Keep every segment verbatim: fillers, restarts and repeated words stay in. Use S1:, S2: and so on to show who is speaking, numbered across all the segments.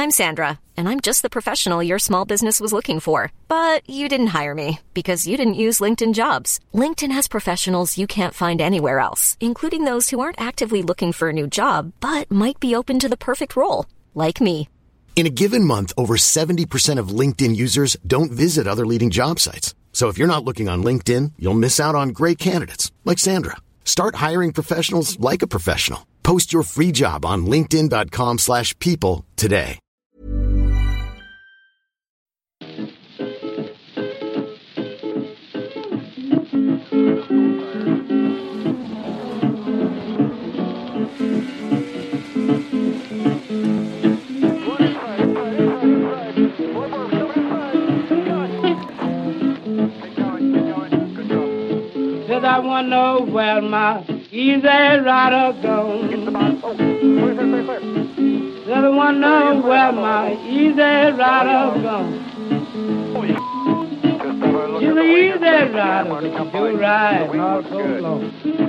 S1: I'm Sandra, and I'm just the professional your small business was looking for. But you didn't hire me because you didn't use LinkedIn Jobs. LinkedIn has professionals you can't find anywhere else, including those who aren't actively looking for a new job, but might be open to the perfect role, like me.
S2: In a given month, over seventy percent of LinkedIn users don't visit other leading job sites. So if you're not looking on LinkedIn, you'll miss out on great candidates, like Sandra. Start hiring professionals like a professional. Post your free job on linkedin dot com slash people today.
S3: I wanna know where my easy rider goes. I wanna know where my easy rider goes. She's an easy rider, do ride all so long.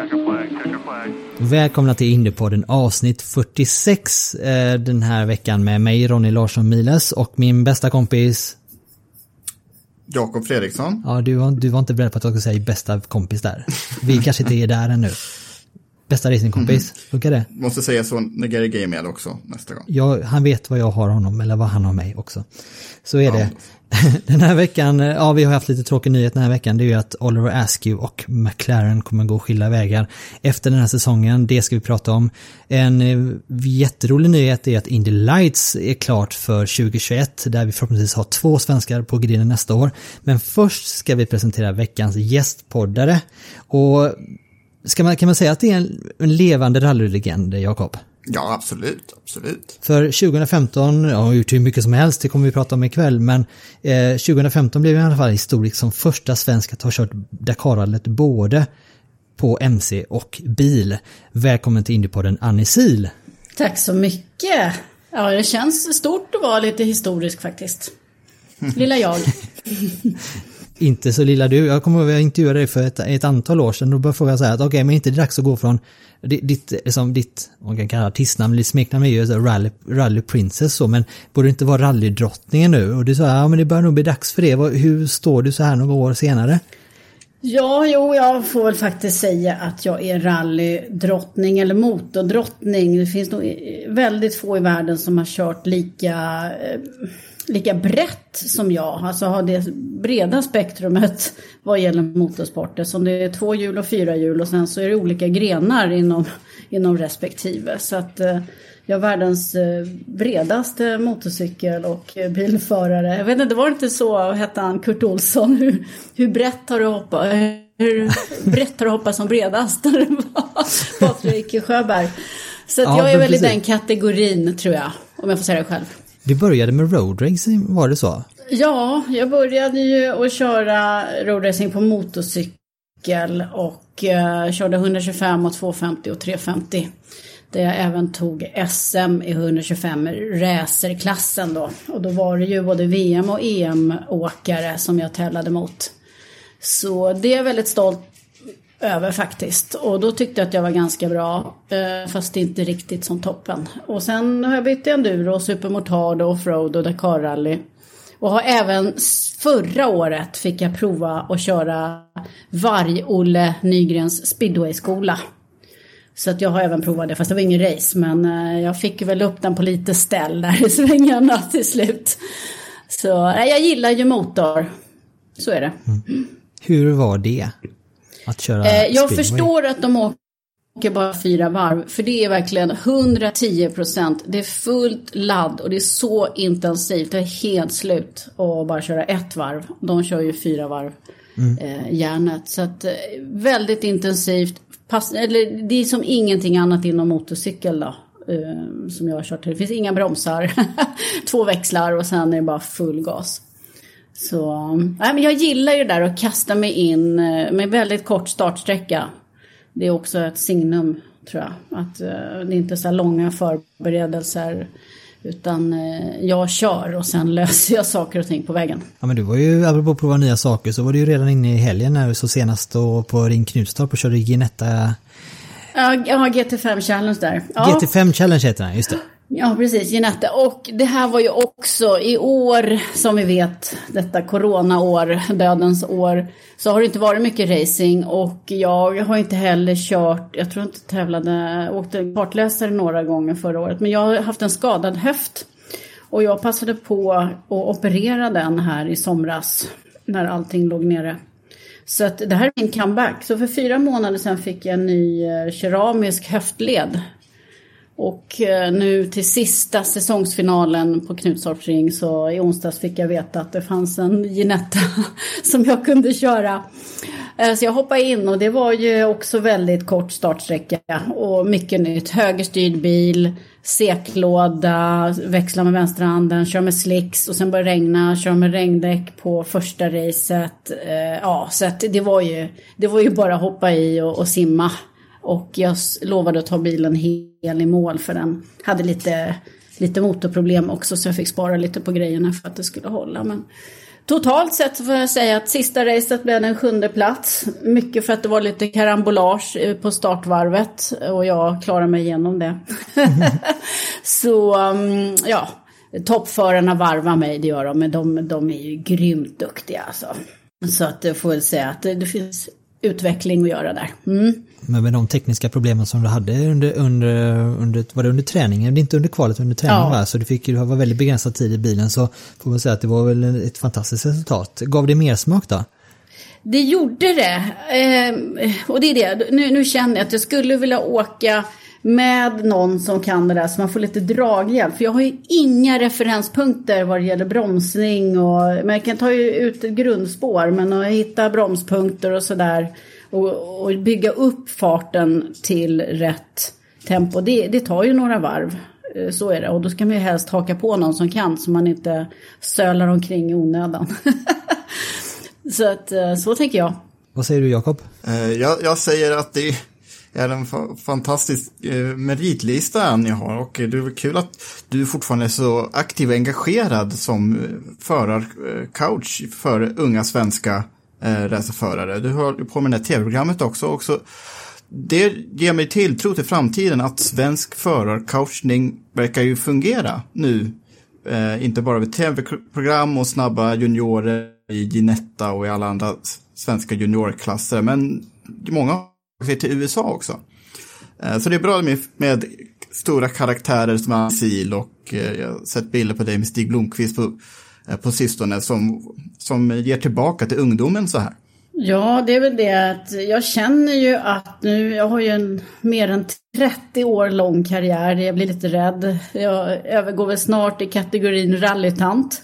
S4: Välkomna till Indiepodden avsnitt fyrtiosex eh, den här veckan med mig, Ronny Larsson Miles, och min bästa kompis
S5: Jakob Fredriksson.
S4: Ja, du var, du var inte beredd på att jag skulle säga bästa kompis där. Vi kanske inte är där ännu. Bästa racingkompis, mm. Funkar det?
S5: Måste säga så när Gary Gay är med också nästa gång.
S4: Ja, han vet vad jag har honom, eller vad han har mig också. Så är ja. det. Den här veckan, ja vi har haft lite tråkig nyhet den här veckan. Det är ju att Oliver Askew och McLaren kommer gå skilda vägar efter den här säsongen. Det ska vi prata om. En jätterolig nyhet är att Indy Lights är klart för tjugo tjugoett, där vi förhoppningsvis har två svenskar på griden nästa år. Men först ska vi presentera veckans gästpoddare. Och ska man, kan man säga att det är en, en levande rallylegend, Jakob?
S5: Ja, absolut, absolut.
S4: För tjugo femton, ja, har gjort hur mycket som helst, det kommer vi prata om ikväll, men eh, tjugo femton blev i alla fall historiskt som första svensk att ha kört Dakar-rallyt både på M C och bil. Välkommen till Indiepodden, Annie Sil.
S6: Tack så mycket. Ja, det känns stort att vara lite historisk faktiskt. Lilla jag.
S4: Inte så lilla du. Jag kommer ihåg att jag intervjuade dig för ett, ett antal år sedan. Då började fråga så här att okej, okay, men inte det dags att gå från ditt, liksom, ditt man kan kalla artistnamn, eller smeknamn är ju så rally, rally princess så, men borde inte vara rallydrottningen nu? Och du sa, ja men det börjar nog bli dags för det. Hur står du så här några år senare?
S6: Ja, jo, jag får väl faktiskt säga att jag är rallydrottning eller motordrottning. Det finns nog väldigt få i världen som har kört lika... Eh, lika brett som jag, alltså har det breda spektrumet vad gäller motorsporter, som det är två hjul och fyra hjul och sen så är det olika grenar inom, inom respektive, så att eh, jag är världens eh, bredaste motorcykel och eh, bilförare. Jag vet inte, var det inte så, hette han Kurt Olsson, hur, hur brett har du hoppat hur brett har du hoppat som bredast? Patrik Sjöberg. Så att ja, jag är väl i den kategorin, tror jag, om jag får säga det själv.
S4: Det började med roadracing, var det så?
S6: Ja, jag började ju att köra roadracing på motorcykel och uh, körde etthundratjugofem och tvåhundrafemtio och trehundrafemtio. Där jag även tog S M i etthundratjugofem racerklassen då. Och då var det ju både V M och E M-åkare som jag tävlade mot. Så det är jag väldigt stolt över faktiskt. Och då tyckte jag att jag var ganska bra, fast inte riktigt som toppen. Och sen har jag bytt enduro, supermotard, offroad och Dakar-rally. Och har även förra året fick jag prova att köra Varg-Olle Nygrens speedway-skola. Så att jag har även provat det, fast det var ingen race. Men jag fick väl upp den på lite ställ där i svängarna till slut. Så jag gillar ju motor. Så är det.
S4: Mm. Hur var det? Att köra
S6: eh, jag speedway. Förstår att de åker bara fyra varv, för det är verkligen hundratio procent. Det är fullt ladd och det är så intensivt. Det är helt slut att bara köra ett varv. De kör ju fyra varv mm. eh, järnet. Så att eh, väldigt intensivt. Pass, eller, det är som ingenting annat inom motorcykel då, eh, som jag har kört. Det finns inga bromsar, två växlar och sen är det bara full gas. Så, nej, men jag gillar ju det där att kasta mig in med väldigt kort startsträcka. Det är också ett signum, tror jag. Att uh, det är inte så långa förberedelser, utan uh, jag kör och sen löser jag saker och ting på vägen.
S4: Ja, men du var ju, apropå att prova nya saker, så var du ju redan inne i helgen när du så senast då på Ring Knutstorp och körde Ginetta.
S6: Ja, ja, G T fem Challenge där. Ja.
S4: G T fem Challenge heter den, just det.
S6: Ja, precis, Ginette. Och det här var ju också i år, som vi vet, detta coronaår, dödens år, så har det inte varit mycket racing. Och jag har inte heller kört, jag tror inte tävlade, åkte kartläsare några gånger förra året. Men jag har haft en skadad höft. Och jag passade på att operera den här i somras, när allting låg nere. Så att det här är min comeback. Så för fyra månader sedan fick jag en ny keramisk höftled. Och nu till sista säsongsfinalen på Knutstorpsring, så i onsdags fick jag veta att det fanns en Ginetta som jag kunde köra. Så jag hoppade in, och det var ju också väldigt kort startsträcka och mycket nytt. Högerstyrd bil, seklåda, växla med vänstra handen, kör med slicks och sen börjar regna, kör med regndäck på första racet. Ja, så att det var ju det var ju bara hoppa i och, och simma. Och jag lovade att ta bilen hel i mål, för den hade lite, lite motorproblem också, så jag fick spara lite på grejerna för att det skulle hålla. Men totalt sett får jag säga att sista racet blev en sjunde plats. Mycket för att det var lite karambolage på startvarvet, och jag klarade mig igenom det. Så ja, toppförarna varvar mig, det gör de, men de, de är ju grymt duktiga alltså. Så att jag får väl säga att det, det finns utveckling att göra där. Mm.
S4: Men med de tekniska problemen som du hade under, under, under, var det under träningen, det är inte under kvalet, under träningen, ja. Så du fick ju ha väldigt begränsad tid i bilen, så får man säga att det var väl ett fantastiskt resultat. Gav det mer smak då?
S6: Det gjorde det. Eh, och det är det. Nu, nu känner jag att jag skulle vilja åka med någon som kan det där, så man får lite draghjälp. För jag har ju inga referenspunkter vad det gäller bromsning. Och, men jag kan ta ut ett grundspår, men att hitta bromspunkter och sådär. Och, och bygga upp farten till rätt tempo. Det, det tar ju några varv. Så är det. Och då ska man ju helst haka på någon som kan, så man inte sölar omkring i onödan. Så att, så tänker jag.
S4: Vad säger du, Jakob?
S5: Jag, jag säger att det är en fantastisk meritlista ni har, och det är kul att du fortfarande är så aktiv och engagerad som förarcoach för unga svenska racerförare. Du har på med det här tv-programmet också, och så det ger mig tilltro till framtiden att svensk förarcoachning verkar ju fungera nu. Eh, inte bara vid tv-program och snabba juniorer i Ginetta och i alla andra svenska juniorklasser, men många ser till U S A också. Eh, så det är bra med, med stora karaktärer som Asil, och eh, jag har sett bilder på dig med Stig Blomqvist på, eh, på sistone som, som ger tillbaka till ungdomen så här.
S6: Ja, det är väl det att jag känner ju att nu, jag har ju en mer än trettio år lång karriär, jag blir lite rädd. Jag övergår väl snart i kategorin rallytant.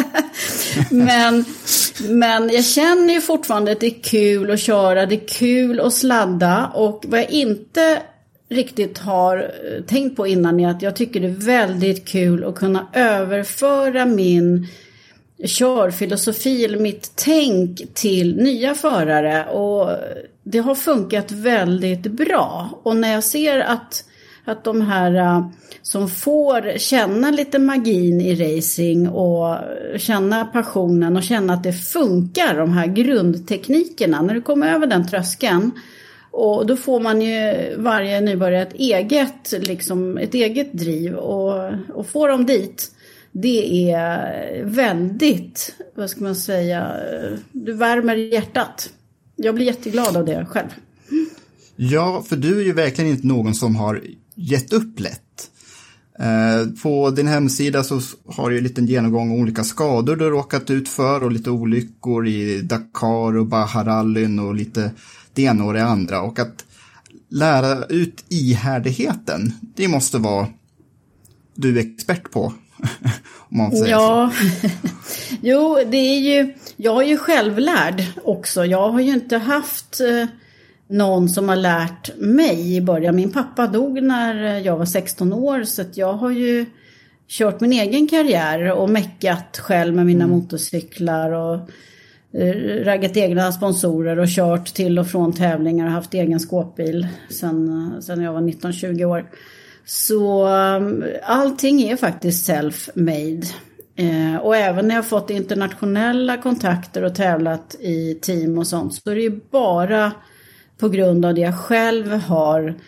S6: men, men jag känner ju fortfarande att det är kul att köra, det är kul att sladda, och vad jag inte riktigt har tänkt på innan är att jag tycker det är väldigt kul att kunna överföra min körfilosofi eller mitt tänk till nya förare, och det har funkat väldigt bra. Och när jag ser att, att de här uh, som får känna lite magin i racing och känna passionen och känna att det funkar, de här grundteknikerna, när du kommer över den tröskeln, och då får man ju varje nybörjare ett eget, liksom, ett eget driv, och, och får dem dit. Det är väldigt, vad ska man säga, du värmer hjärtat. Jag blir jätteglad av det själv.
S5: Ja, för du är ju verkligen inte någon som har gett upp lätt. Eh, på din hemsida så har du ju en liten genomgång av olika skador du har råkat ut för, och lite olyckor i Dakar och Baja-rallyn och lite det ena och det andra. Och att lära ut ihärdigheten, det måste vara du är expert på. Om man säger
S6: ja, jo, det är ju, jag är ju självlärd också. Jag har ju inte haft eh, någon som har lärt mig i början. Min pappa dog när jag var sexton år, så att jag har ju kört min egen karriär och meckat själv med mina mm. motorcyklar och eh, raggat egna sponsorer och kört till och från tävlingar och haft egen skåpbil sen, sen jag var nitton tjugo år. Så um, allting är faktiskt self-made. Eh, och även när jag fått internationella kontakter och tävlat i team och sånt, så är det ju bara på grund av det jag själv har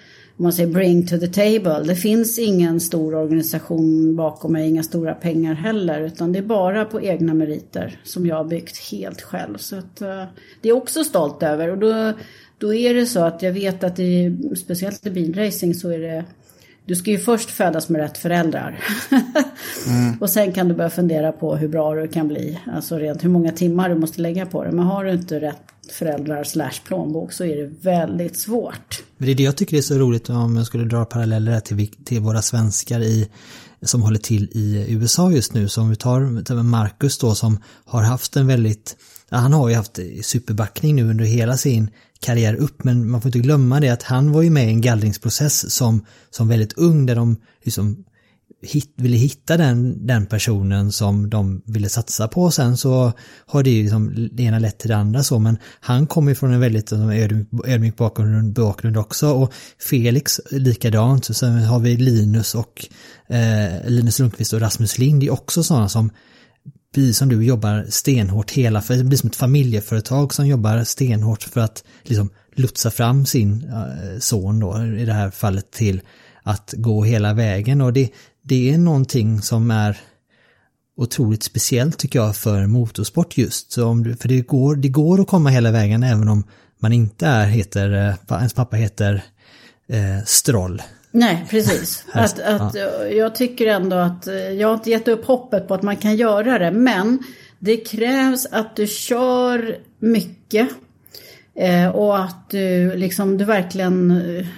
S6: om man säger bring to the table. Det finns ingen stor organisation bakom mig, inga stora pengar heller, utan det är bara på egna meriter som jag har byggt helt själv. Så att, uh, det är också stolt över, och då, då är det så att jag vet att i, speciellt i bilracing så är det, du ska ju först födas med rätt föräldrar. mm. Och sen kan du börja fundera på hur bra du kan bli. Alltså rent hur många timmar du måste lägga på det. Men har du inte rätt föräldrar slash plånbok så är det väldigt svårt.
S4: Men det är det jag tycker är så roligt, om jag skulle dra paralleller till, till våra svenskar i, som håller till i U S A just nu. Som vi tar Marcus då, som har haft en väldigt, ja, han har ju haft superbackning nu under hela sin karriär upp, men man får inte glömma det att han var ju med i en gallringsprocess som, som väldigt ung, där de liksom hit, ville hitta den, den personen som de ville satsa på. Sen så har det ju liksom det ena lätt till det andra så, men han kommer ju från en väldigt ödmjuk, ödmjuk bakgrund, bakgrund också, och Felix likadant. Så sen har vi Linus och eh, Linus Lundqvist och Rasmus Lind, det är också sådana som precis som du jobbar stenhårt hela, för det blir som ett familjeföretag som jobbar stenhårt för att liksom lotsa fram sin uh, son då, i det här fallet, till att gå hela vägen. Och det, det är någonting som är otroligt speciellt tycker jag för motorsport just. Så om du, för det går, det går att komma hela vägen även om man inte är, heter, uh, ens pappa heter uh, Stroll.
S6: Nej, precis. Att, att jag tycker ändå att jag har inte gett upp hoppet på att man kan göra det. Men det krävs att du kör mycket. Eh, och att du, liksom, du verkligen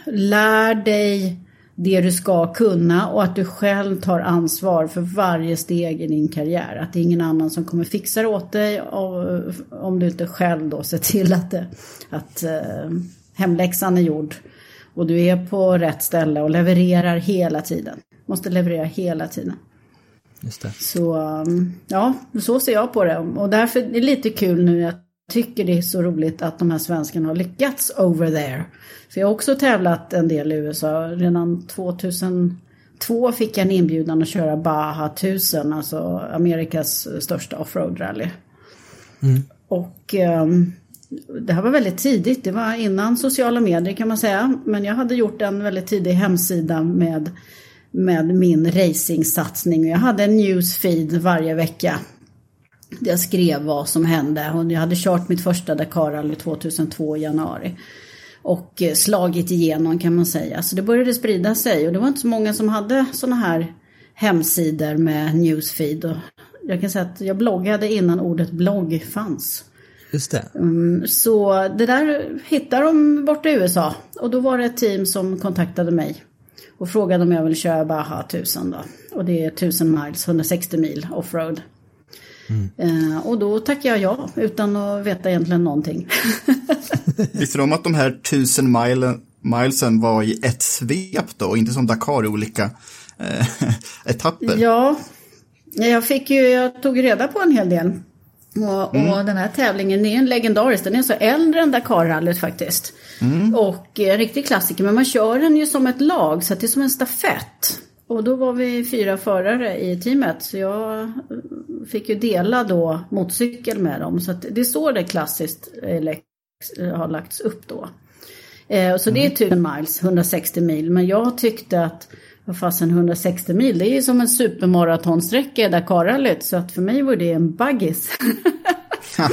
S6: lär dig det du ska kunna. Och att du själv tar ansvar för varje steg i din karriär. Att det är ingen annan som kommer fixa det åt dig. Och, om du inte själv då ser till att, det, att eh, hemläxan är gjord. Och du är på rätt ställe och levererar hela tiden. Måste leverera hela tiden.
S4: Just det.
S6: Så ja, så ser jag på det. Och därför är det lite kul nu. Jag tycker det är så roligt att de här svenskarna har lyckats over there. För jag har också tävlat en del i U S A. Redan tvåtusentvå fick jag en inbjudan att köra Baja tusen. Alltså Amerikas största offroad-rally. Mm. Och Um, det här var väldigt tidigt, det var innan sociala medier kan man säga, men jag hade gjort en väldigt tidig hemsida med, med min racingsatsning. Jag hade en newsfeed varje vecka där jag skrev vad som hände, och jag hade kört mitt första Dakar-rally tjugohundratvå i januari och slagit igenom kan man säga, så det började sprida sig, och det var inte så många som hade såna här hemsidor med newsfeed, och jag kan säga att jag bloggade innan ordet blogg fanns.
S4: Just det.
S6: Mm, så det där hittade de borta i U S A. Och då var det ett team som kontaktade mig och frågade om jag ville köra Baja tusen då. Och det är tusen miles, hundrasextio mil offroad. Mm. Eh, och då tackade jag ja, utan att veta egentligen någonting.
S5: Visste du om att de här tusen milen, milesen var i ett svep då, och inte som Dakar i olika eh, etapper?
S6: Ja, jag fick ju, jag tog reda på en hel del. Och, mm. och den här tävlingen är en legendarisk, den är så äldre än Dakar-rallyt faktiskt. Mm. Och eh, riktig klassiker, men man kör den ju som ett lag, så att det är som en stafett. Och då var vi fyra förare i teamet, så jag fick ju dela då motorcykel med dem. Så att det är så det klassiskt eh, har lagts upp då. Eh, så mm. det är tusen miles, hundrasextio mil, men jag tyckte att vad fasen, hundrasextio mil, det är ju som en supermaratonsträcka i Dakar-rallyt, så att för mig var det en baggis. Ja.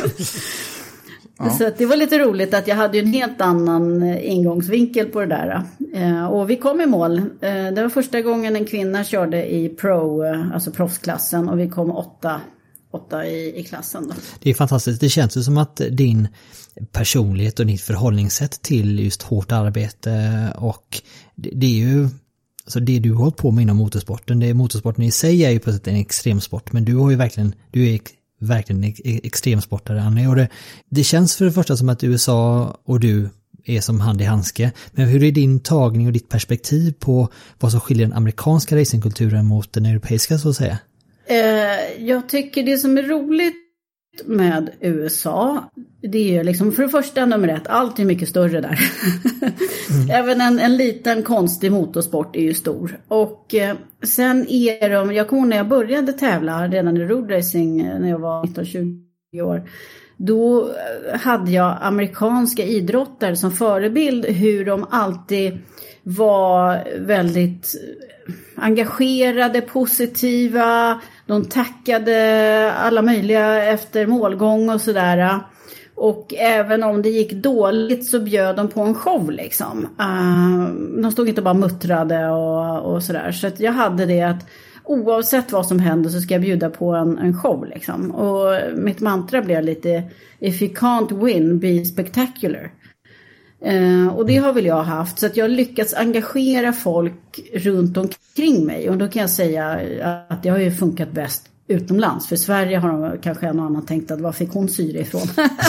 S6: Så att det var lite roligt att jag hade en helt annan ingångsvinkel på det där. Eh, och vi kom i mål. Eh, det var första gången en kvinna körde i pro, alltså proffsklassen, och vi kom åtta, åtta i, i klassen då. Det är
S4: fantastiskt. Det känns ju som att din personlighet och ditt förhållningssätt till just hårt arbete, och det, det är ju alltså det du har hållit på med inom motorsporten, det är, motorsporten i sig är ju på ett sätt en extremsport, men du har ju verkligen, du är verkligen en extremsportare, Annie, och det, det känns för det första som att U S A och du är som hand i handske, men hur är din tagning och ditt perspektiv på vad som skiljer den amerikanska racingkulturen mot den europeiska, så att säga?
S6: Eh, jag tycker det som är roligt med U S A, det är liksom för det första nummer ett, allt är mycket större där. Mm. Även en, en liten konstig motorsport är ju stor. Och eh, sen är de, jag kommer ihåg när jag började tävla redan i roadracing när jag var nitton tjugo år. då hade jag amerikanska idrottare som förebild, hur de alltid var väldigt engagerade, positiva, de tackade alla möjliga efter målgång och sådär. Och även om det gick dåligt så bjöd de på en show liksom. Uh, de stod inte bara muttrade och, och sådär. Så att jag hade det att oavsett vad som händer så ska jag bjuda på en, en show liksom. Och mitt mantra blev lite if you can't win, be spectacular. Uh, och det har väl jag haft. Så att jag har lyckats engagera folk runt omkring mig. Och då kan jag säga att det har ju funkat bäst utomlands. För Sverige har de kanske en och annan tänkt att var fick hon syre ifrån?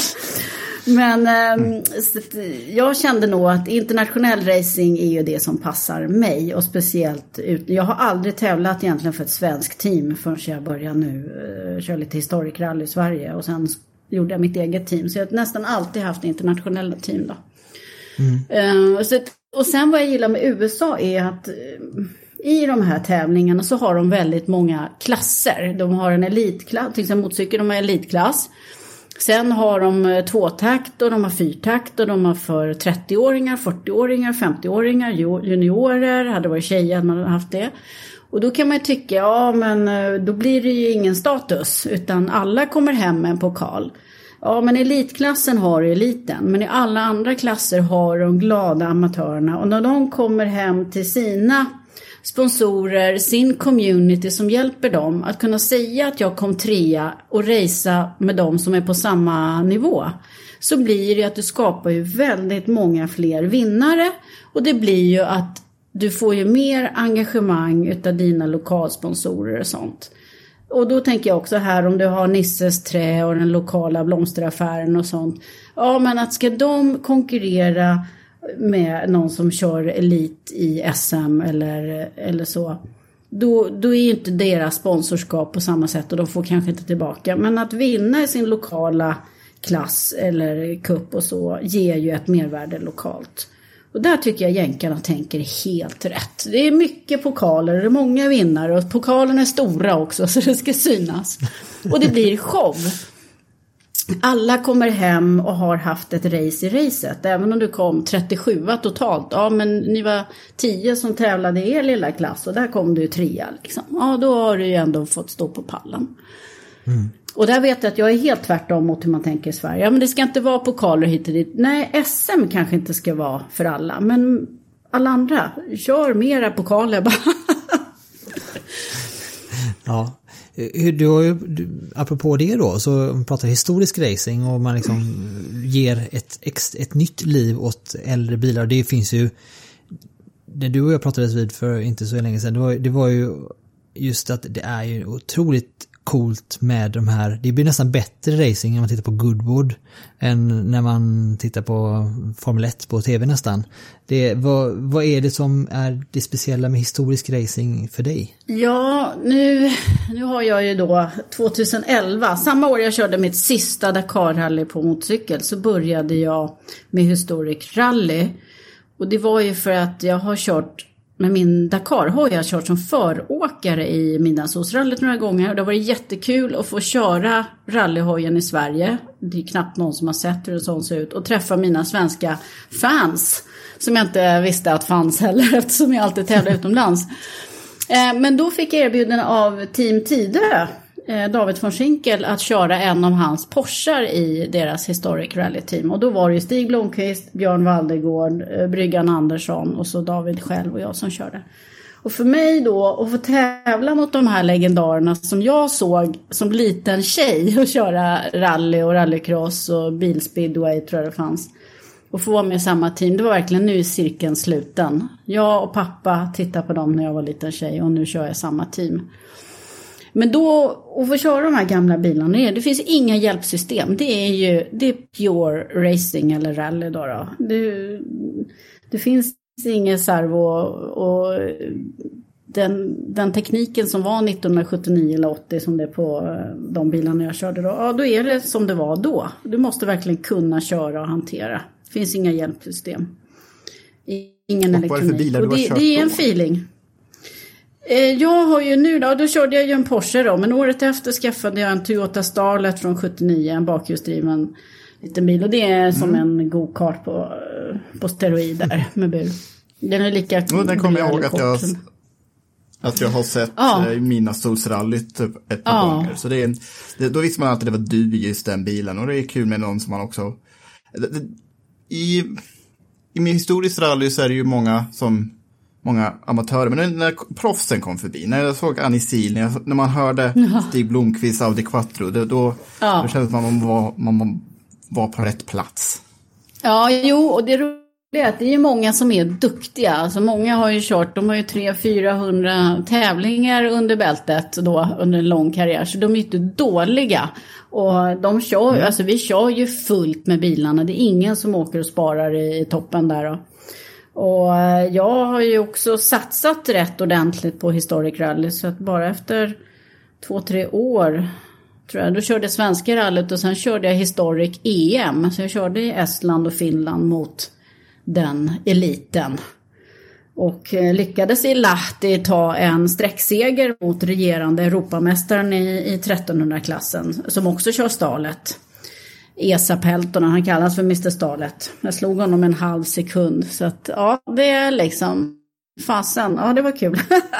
S6: Men eh, jag kände nog att internationell racing är ju det som passar mig. Och speciellt ut. Jag har aldrig tävlat egentligen för ett svenskt team förrän jag började nu eh, köra lite historic rally i Sverige. Och sen gjorde jag mitt eget team. Så jag har nästan alltid haft internationella team då. Mm. Eh, så, och sen vad jag gillar med U S A är att eh, i de här tävlingarna så har de väldigt många klasser. De har en elitklass, till exempel motorcykel, de har elitklass. Sen har de tvåtakt och de har fyrtakt och de har för trettio-åringar, fyrtio-åringar, femtio-åringar, juniorer. Hade varit tjejer hade man haft det. Och då kan man tycka, ja men då blir det ju ingen status utan alla kommer hem med en pokal. Ja men elitklassen har eliten, men i alla andra klasser har de glada amatörerna. Och när de kommer hem till sina sponsorer, sin community som hjälper dem att kunna säga att jag kom trea och racea med dem som är på samma nivå, så blir det att du skapar ju väldigt många fler vinnare och det blir ju att du får ju mer engagemang utav dina lokalsponsorer och sånt. Och då tänker jag också här om du har Nisses trä och den lokala blomsteraffären och sånt. Ja men att ska de konkurrera med någon som kör elit i S M eller, eller så, då, då är ju inte deras sponsorskap på samma sätt och de får kanske inte tillbaka. Men att vinna i sin lokala klass eller kupp och så ger ju ett mervärde lokalt. Och där tycker jag jänkarna tänker helt rätt. Det är mycket pokaler och det är många vinnare och pokalen är stora också så det ska synas. Och det blir show. Alla kommer hem och har haft ett race i racet. Även om du kom trettiosju totalt. Ja men ni var tio som tävlade i er lilla klass. Och där kom du trea liksom. Ja då har du ju ändå fått stå på pallen. Mm. Och där vet jag att jag är helt tvärtom mot hur man tänker i Sverige. Ja men det ska inte vara pokaler hit och dit. Nej S M kanske inte ska vara för alla. Men alla andra, kör mera pokaler bara.
S4: Ja. Du har ju, du, apropå det då, så pratar historisk racing och man liksom ger ett, ett, ett nytt liv åt äldre bilar. Det finns ju, när du och jag pratades vid för inte så länge sedan, det var, det var ju just att det är ju otroligt coolt med de här, det blir nästan bättre racing när man tittar på Goodwood än när man tittar på Formel ett på tv nästan. Det, vad, vad är det som är det speciella med historisk racing för dig?
S6: Ja, nu, nu har jag ju då tjugoelva, samma år jag körde mitt sista Dakar-rally på motorcykel, så började jag med historic rally. Och det var ju för att jag har kört med min Dakar har jag kört som föråkare i Midnattssolsrallyt några gånger. Det har varit jättekul att få köra rallyhojen i Sverige. Det är knappt någon som har sett hur det sån ser ut. Och träffa mina svenska fans som jag inte visste att fanns heller eftersom jag alltid tävlar utomlands. Men då fick jag erbjuden av Team Tidö, David von Schinkel, att köra en av hans Porschar i deras historic rally team. Och då var det ju Stig Blomqvist, Björn Waldegård, Bryggan Andersson och så David själv och jag som körde. Och för mig då att få tävla mot de här legendarerna som jag såg som liten tjej och köra rally och rallycross och bilspeedway tror jag det fanns. Och få vara med i samma team, det var verkligen nu i cirkeln sluten. Jag och pappa tittade på dem när jag var liten tjej och nu kör jag samma team. Men då, att få köra de här gamla bilarna, det finns inga hjälpsystem. Det är ju det är pure racing eller rally då. då. Det, det finns inget servo och den, den tekniken som var nittonhundrasjuttionio eller åttio som det är på de bilarna jag körde då. Ja, då är det som det var då. Du måste verkligen kunna köra och hantera. Det finns inga hjälpsystem. Ingen elektronik. Och det, det är en feeling. Jag har ju nu då, då körde jag ju en Porsche då, men året efter skaffade jag en Toyota Starlet från sjuttionio, en bakhjulsdriven liten bil, och det är som mm. en go-kart på, på steroider med bil. Den är lika
S5: mm, den kommer jag ihåg att jag, att jag har sett ja. i mina Solsrallyt ett par ja. gånger. Så det är en, det, då visste man att det var du i just den bilen, och det är kul med någon som man också... Det, det, i, I min historisk rally så är det ju många som... många amatörer, men när, när proffsen kom förbi, när jag såg Annie Sil, när, när man hörde ja. Stig Blomqvist Audi Quattro, det, då, ja. då kändes man att man var, man var på rätt plats.
S6: Ja, jo, och det roliga är att det är ju många som är duktiga. Alltså många har ju kört, de har ju tre fyrahundra tävlingar under bältet då, under en lång karriär, så de är ju inte dåliga. Och de kör, mm. alltså vi kör ju fullt med bilarna, det är ingen som åker och sparar i, i toppen där då. Och jag har ju också satsat rätt ordentligt på Historic Rally, så att bara efter två, tre år tror jag, då körde svenska rallyt och sen körde jag Historic E M. Så jag körde i Estland och Finland mot den eliten. Och lyckades i Lahti ta en sträckseger mot regerande Europamästaren i, i trettonhundra-klassen, som också kör Starlet. Esa Peltonen, han kallas för mister Starlet. Jag slog honom en halv sekund. Så att ja, det är liksom fasen. Ja, det var kul.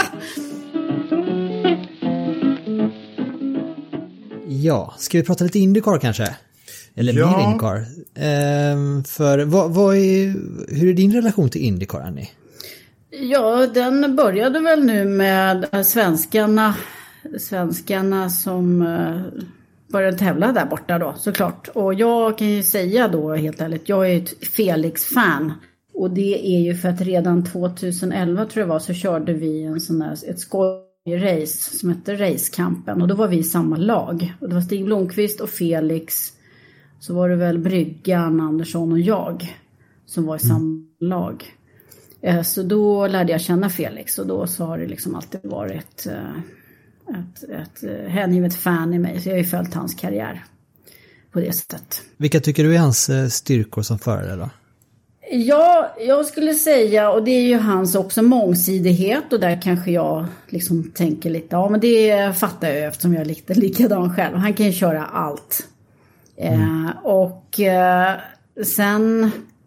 S4: Ja, ska vi prata lite IndyCar kanske? Eller ja. mer IndyCar. Ehm, för vad, vad är, hur är din relation till IndyCar, Annie?
S6: Ja, den började väl nu med svenskarna, svenskarna som... började tävla där borta då, såklart. Och jag kan ju säga då, helt ärligt, jag är ett Felix-fan. Och det är ju för att redan tjugoelva tror jag var, så körde vi en sån här, ett skojrace som hette Racekampen. Och då var vi i samma lag. Och det var Stig Blomqvist och Felix. Så var det väl Bryggan, Andersson och jag som var i samma mm. lag. Så då lärde jag känna Felix. Och då så har det liksom alltid varit... Ett, ett hängivet fan i mig, så jag har ju följt hans karriär på det sättet.
S4: Vilka tycker du är hans styrkor som förare då?
S6: Ja, jag skulle säga, och det är ju hans också mångsidighet, och där kanske jag liksom tänker lite, ja men det fattar jag eftersom jag är lite likadan själv. Han kan ju köra allt. Mm. Eh, och eh, sen...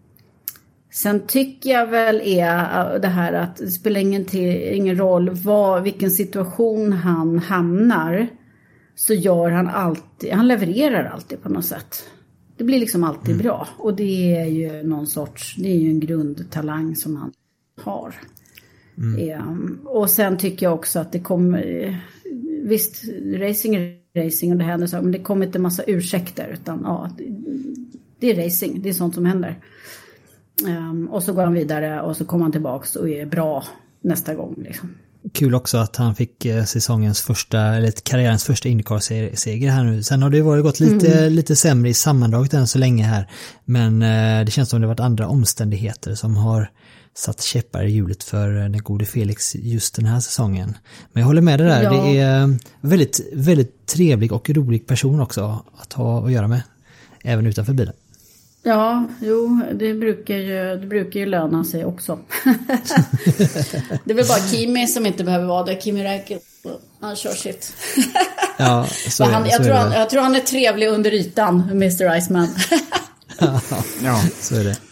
S6: Sen tycker jag väl är det här att det spelar ingen, till, ingen roll vad, vilken situation han hamnar, så gör han alltid, han levererar alltid på något sätt. Det blir liksom alltid mm. bra, och det är ju någon sorts, det är ju en grundtalang som han har. Mm. Um, och sen tycker jag också att det kommer, visst racing är racing och det händer så, men det kommer inte en massa ursäkter, utan ja, det, det är racing, det är sånt som händer. Um, och så går han vidare och så kommer han tillbaks och är bra nästa gång liksom.
S4: Kul också att han fick eh, säsongens första, eller karriärens första IndyCar-seger här nu. Sen har det varit gått lite, mm. lite sämre i sammandraget än så länge här. Men eh, det känns som det varit andra omständigheter som har satt käppar i hjulet för den gode Felix just den här säsongen. Men jag håller med det där. Ja. Det är väldigt, väldigt trevlig och rolig person också att ha att göra med. Även utanför bilen.
S6: Ja, jo, det brukar ju, det brukar ju löna sig också. Det är väl bara Kimi som inte behöver vara där. Kimi Räikkönen, han kör sitt.
S4: Ja, så är,
S6: han,
S4: så
S6: jag, tror
S4: är
S6: han, jag tror han är trevlig under ytan, mister Iceman.
S4: Ja, så är det.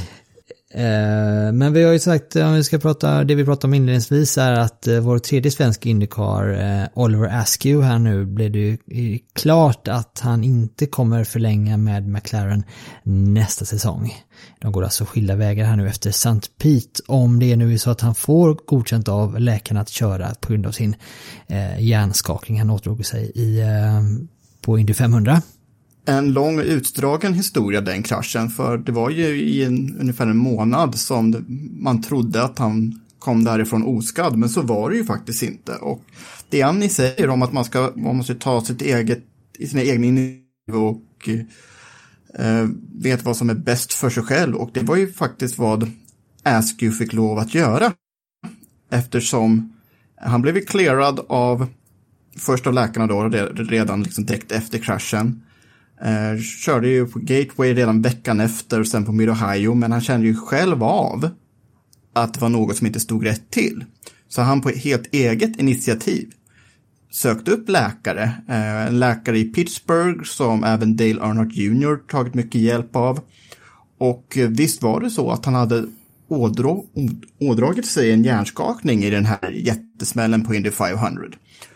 S4: Men vi har ju sagt, om vi ska prata, det vi pratade om inledningsvis är att vår tredje svensk IndyCar, Oliver Askew, här nu blev det ju klart att han inte kommer förlänga med McLaren nästa säsong. De går alltså skilda vägar här nu efter Saint Pete, om det är nu så att han får godkänt av läkarna att köra på grund av sin eh, hjärnskakning. Han återdrog sig i, eh, på Indy femhundra.
S5: En lång utdragen historia den kraschen, för det var ju i en, ungefär en månad som det, man trodde att han kom därifrån oskadd, men så var det ju faktiskt inte. Och det Annie säger om att man, ska, man måste ta sitt eget, i sina egna initiativ och eh, vet vad som är bäst för sig själv, och det var ju faktiskt vad Askew fick lov att göra, eftersom han blev clearad av först av läkarna då, redan liksom direkt efter kraschen. Eh, körde ju på Gateway redan veckan efter och sen på Mid-Ohio, men han kände ju själv av att det var något som inte stod rätt till. Så han på helt eget initiativ sökte upp läkare. En läkare i Pittsburgh som även Dale Earnhardt junior tagit mycket hjälp av. Och visst var det så att han hade ådrå, ådragit sig en hjärnskakning i den här jättesmällen på Indy femhundra.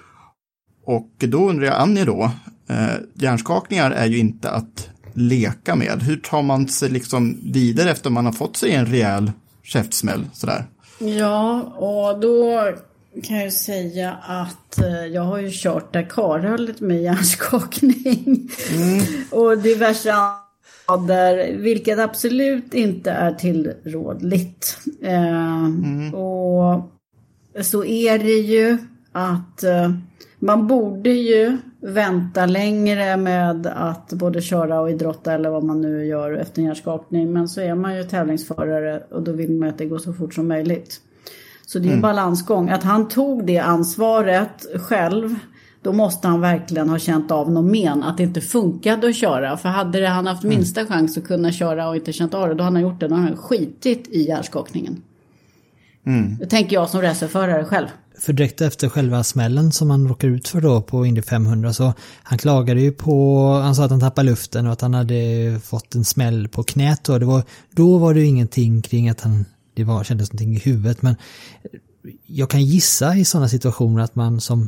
S5: Och då undrar jag, Annie då, eh, hjärnskakningar är ju inte att leka med. Hur tar man sig liksom vidare efter man har fått sig en rejäl käftsmäll sådär?
S6: Ja, och då kan jag säga att jag har ju kört Dakar-rallyt med hjärnskakning mm. och diverse andra, vilket absolut inte är tillrådligt. Eh, mm. Och så är det ju att eh, man borde ju vänta längre med att både köra och idrotta eller vad man nu gör efter hjärnskakning. Men så är man ju tävlingsförare och då vill man att det går så fort som möjligt. Så det är en mm. balansgång. Att han tog det ansvaret själv, då måste han verkligen ha känt av någon men att det inte funkade att köra. För hade han haft minsta mm. chans att kunna köra och inte känt av det, då hade han gjort det. Då hade han skitit i hjärnskakningen. Mm. Det tänker jag som racerförare själv.
S4: För direkt efter själva smällen som han råkade ut för då på Indy femhundra, så han klagade ju på, han sa att han tappade luften och att han hade fått en smäll på knät och det var, då var det ju ingenting kring att han, det var, kändes någonting i huvudet, men jag kan gissa i sådana situationer att man som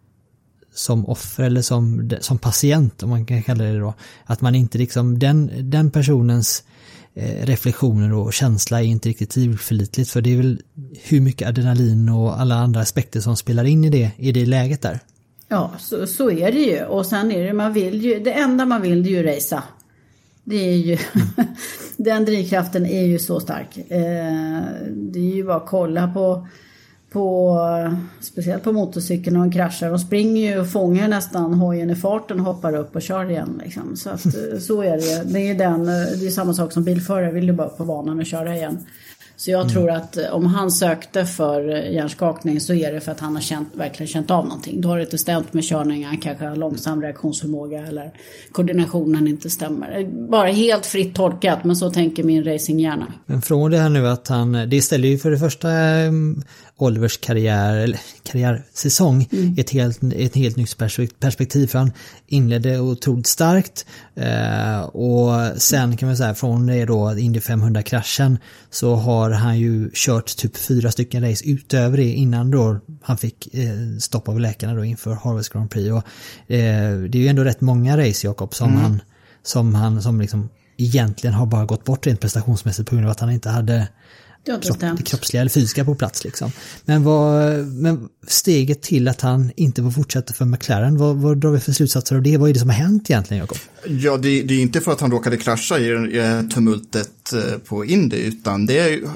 S4: som offer eller som, som patient, om man kan kalla det då, att man inte liksom, den, den personens eh, reflektioner och känsla är inte riktigt tillförlitligt, för det är väl hur mycket adrenalin och alla andra aspekter som spelar in i det, i det läget där. Ja, så, så är det ju. Och sen är det, man vill ju, det enda man vill är ju racea. Det är ju, den drivkraften är ju så stark. Eh, det är ju bara att kolla på På, speciellt på motorcykeln och en kraschar. De springer ju och fångar nästan hojen i farten och hoppar upp och kör igen. Liksom. Så, att, så är det. Det är, den, det är samma sak som bilförare, vill ju bara upp på banan och köra igen. Så jag mm. tror att om han sökte för hjärnskakning så är det för att han har känt, verkligen känt av någonting. Då har det inte stämt med körningen, han kanske har långsam reaktionsförmåga eller koordinationen inte stämmer. Bara helt fritt tolkat, men så tänker min racinghjärna. Men från det här nu att han, det ställer ju för det första Olivers karriär eller karriärsäsong mm. ett helt ett helt nytt perspektiv, för han inledde otroligt starkt eh, och sen kan man säga från det då Indy femhundra kraschen så har han ju kört typ fyra stycken race utöver det innan då han fick eh, stopp av läkarna då inför Harvest Grand Prix, och eh, det är ju ändå rätt många race, Jakob, som mm. han som han som liksom egentligen har bara gått bort rent prestationsmässigt på grund av att han inte hade Kropp, det kroppsliga eller fysiska på plats liksom. Men, vad, men steget till att han inte får fortsätta för McLaren, vad, vad drar vi för slutsatser av det? Vad är det som har hänt egentligen, Jakob?
S5: Ja, det, det är inte för att han råkade krascha i, i tumultet på Indy, utan det är ju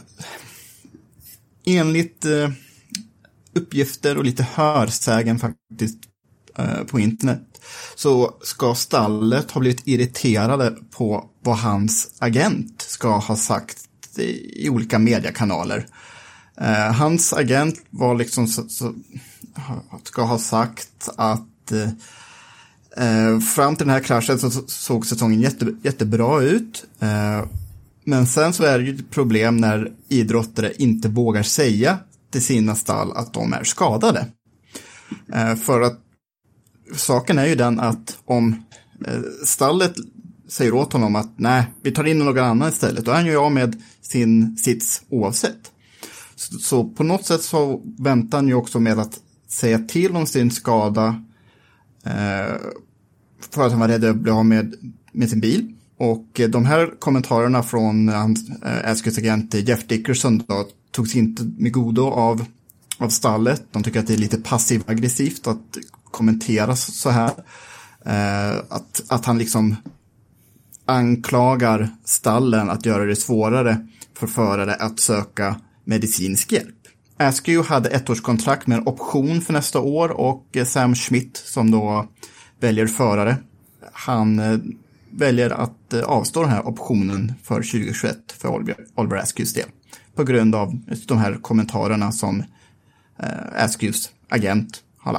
S5: enligt eh, uppgifter och lite hörsägen faktiskt eh, på internet, så ska stallet ha blivit irriterade på vad hans agent ska ha sagt i olika mediekanaler. Eh, hans agent var liksom så, så, ska ha sagt att eh, fram till den här kraschen så såg säsongen jätte, jättebra ut. Eh, men sen så är det ju ett problem när idrottare inte vågar säga till sina stall att de är skadade. Eh, för att saken är ju den att om eh, stallet säger åt honom att nej, vi tar in någon annan istället, då är han ju av med sin sits oavsett. Så, så på något sätt så väntar han ju också med att säga till om sin skada eh, för att han var rädd att bli av med, med sin bil. Och eh, de här kommentarerna från hans eh, Askews agent Jeff Dickerson då, togs inte med godo av, av stallet. De tycker att det är lite passiv-aggressivt att kommentera så här. Eh, att, att han liksom anklagar stallen att göra det svårare för förare att söka medicinsk hjälp. Askew hade ett års kontrakt med en option för nästa år, och Sam Schmidt som då väljer förare, han eh, väljer att eh, avstå den här optionen för tjugohundratjugoett för Oliver, Oliver Askews del på grund av de här kommentarerna som eh, Askews agent har lagt.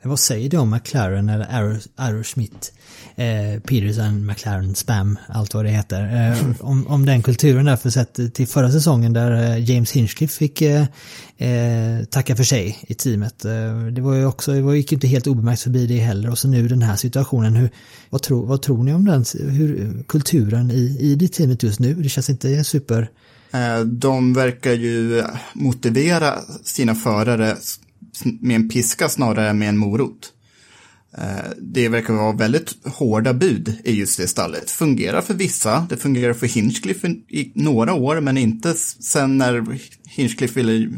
S4: vad säger du om McLaren eller Aerosmith, eh, Peterson, McLaren, Spam, allt vad det heter. Eh, om, om den kulturen där, för sett till förra säsongen där eh, James Hinchcliffe fick eh, eh, tacka för sig i teamet. Eh, det var ju också, det var, gick ju inte helt obemärkt förbi det heller. Och så nu den här situationen, hur, vad, tro, vad tror ni om den, hur, kulturen i, i det teamet just nu? Det känns inte super...
S5: De verkar ju motivera sina förare med en piska snarare än med en morot. Det verkar vara väldigt hårda bud i just det stallet. Fungerar för vissa, det fungerar för Hinchcliffe i några år, men inte sen när Hinchcliffe ville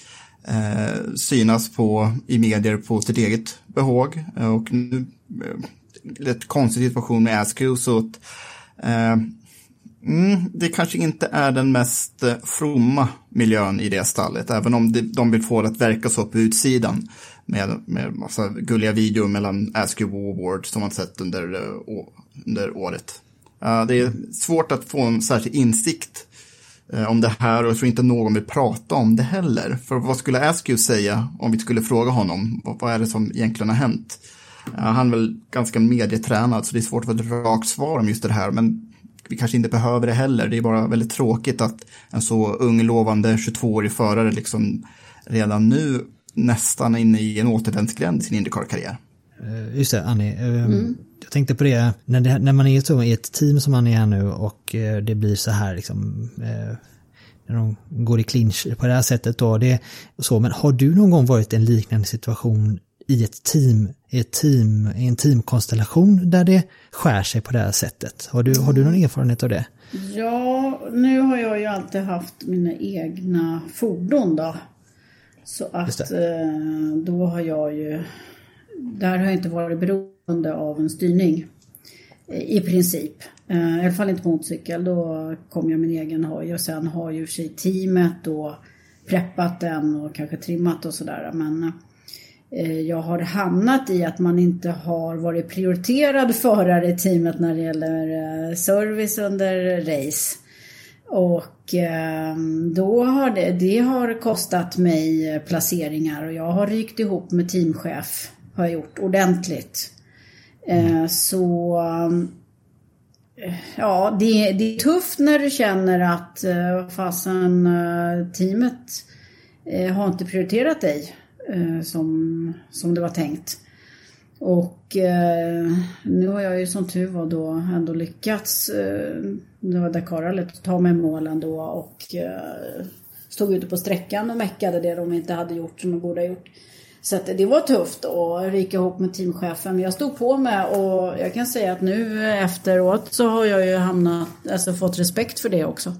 S5: eh, synas på, i medier på sitt eget behåg. Och nu, lite konstig situation med Askew, så att eh, Mm, det kanske inte är den mest eh, fromma miljön i det stallet, även om de, de vill få det att verka så på utsidan med, med massa gulliga videor mellan Askew och Ward som man sett under, uh, å, under året. Uh, det är svårt att få en särskild insikt uh, om det här, och jag tror inte någon vill prata om det heller. För vad skulle Askew säga om vi skulle fråga honom? Vad, vad är det som egentligen har hänt? Uh, han är väl ganska medietränad, så det är svårt att få ett rakt svar om just det här, men vi kanske inte behöver det heller. Det är bara väldigt tråkigt att en så ung, lovande tjugotvåårig förare liksom redan nu nästan inne i en återvändsgränd i sin IndyCar-karriär.
S4: Just det, Annie. Mm. Jag tänkte på det när, det, när man är så i ett team som man är här nu, och det blir så här liksom, när de går i clinch på det här sättet då, det så. Men har du någon gång varit i en liknande situation i ett team, i ett team, i en teamkonstellation där det skär sig på det här sättet? Har du, har du någon erfarenhet av det?
S6: Ja, nu har jag ju alltid haft mina egna fordon då. Så att eh, då har jag ju, där har jag inte varit beroende av en styrning i princip. Eh, I alla fall inte motorcykel, då kom jag min egen hoj, och sen har ju sig teamet då preppat den och kanske trimmat och sådär, men jag har hamnat i att man inte har varit prioriterad förare i teamet när det gäller service under race. Och då har det, det har kostat mig placeringar, och jag har rykt ihop med teamchef, har jag gjort ordentligt. Mm. Så ja, det, det är tufft när du känner att fasen, teamet har inte prioriterat dig som, som det var tänkt. Och eh, nu har jag ju som tur var då ändå lyckats. Eh, det var Dakar att ta med målen då, och eh, stod ute på sträckan och mäckade det de inte hade gjort som de borde ha gjort. Så att det var tufft att ryka ihop med teamchefen. Men jag stod på med, och jag kan säga att nu efteråt så har jag ju hamnat, alltså fått respekt för det också.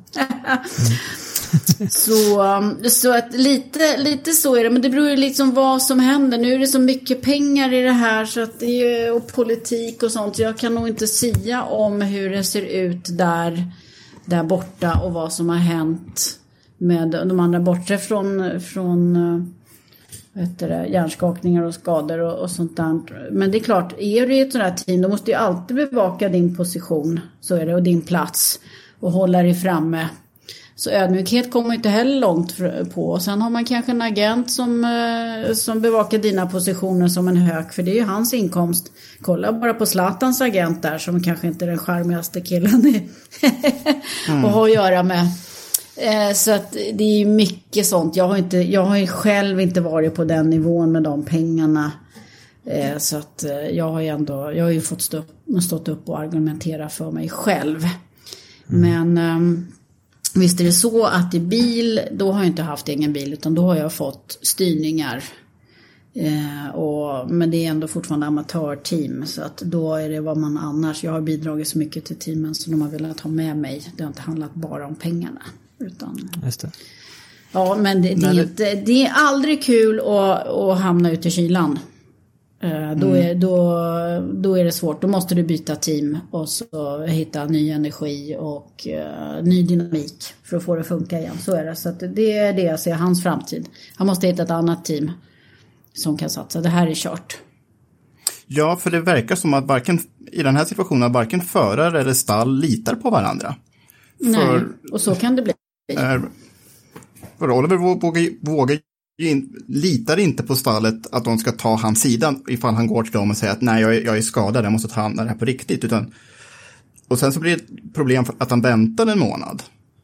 S6: Så, så att lite, lite så är det, men det beror ju liksom vad som händer. Nu är det så mycket pengar i det här, så att det är, och politik och sånt. Jag kan nog inte säga om hur det ser ut där, där borta, och vad som har hänt med de andra borta från, från vet det, hjärnskakningar och skador och, och sånt där. Men det är klart, är du i ett sådant här team, då måste du alltid bevaka din position, så är det, och din plats, och hålla dig framme. Så ödmjukhet kommer inte heller långt på. Och sen har man kanske en agent som, som bevakar dina positioner som en hök. För det är ju hans inkomst. Kolla bara på Zlatans agent där, som kanske inte är den charmigaste killen mm. att ha att göra med. Så att det är mycket sånt. Jag har, inte, jag har ju själv inte varit på den nivån med de pengarna. Så att jag har ju ändå, jag har ju fått stå, stått upp och argumentera för mig själv. Mm. Men... Visst är det så att i bil, då har jag inte haft egen bil, utan då har jag fått styrningar. Eh, och, men det är ändå fortfarande amatörteam, så att då är det vad man annars. Jag har bidragit så mycket till teamen som de har velat ha med mig. Det har inte handlat bara om pengarna. Utan,
S4: just det.
S6: Ja, men det, det, är, inte, det är aldrig kul att, att hamna ute i kylan. Mm. Då, är, då, då är det svårt. Då måste du byta team och så hitta ny energi och uh, ny dynamik för att få det att funka igen. Så är det. Så att det är det jag ser hans framtid. Han måste hitta ett annat team som kan satsa. Det här är kört.
S5: Ja, för det verkar som att varken, i den här situationen varken förare eller stall litar på varandra.
S6: Nej, för, och så kan det bli.
S5: Är, för Oliver vågar, vågar litar inte på stallet att de ska ta hans sida ifall han går till dem och säger att nej, jag är, jag är skadad, jag måste ta hand om det här på riktigt. Utan, och sen så blir det ett problem för att han väntar en månad.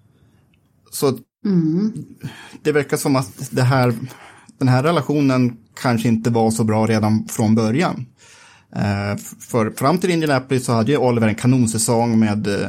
S5: Så mm. det verkar som att det här, den här relationen kanske inte var så bra redan från början. Uh, för fram till Indianapolis så hade ju Oliver en kanonsäsong med uh,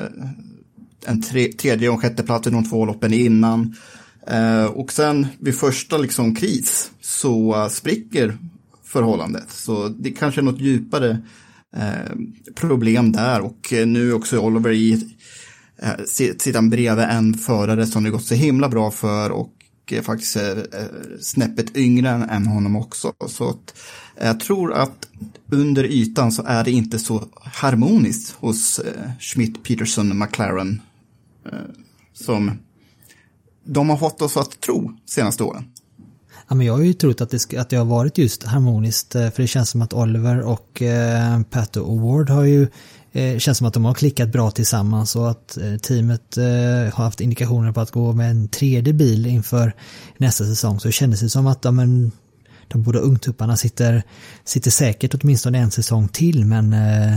S5: en tre, tredje och sjätte plats i de två loppen innan. Uh, och sen vid första liksom kris så uh, spricker förhållandet. Så det kanske är något djupare uh, problem där. Och uh, nu också Oliver i uh, sidan bredvid en förare som det gått så himla bra för och uh, faktiskt är uh, snäppet yngre än honom också. Så att, uh, jag tror att under ytan så är det inte så harmoniskt hos uh, Schmidt, Peterson och McLaren uh, som de har fått oss att tro senaste åren.
S4: Ja, men jag har ju trott att det, att det har varit just harmoniskt, för det känns som att Oliver och eh, Pato O'Ward har ju eh, känns som att de har klickat bra tillsammans och att eh, teamet eh, har haft indikationer på att gå med en tredje bil inför nästa säsong. Så det kändes det som att ja, men, de båda ungtupparna sitter, sitter säkert åtminstone en säsong till, men eh,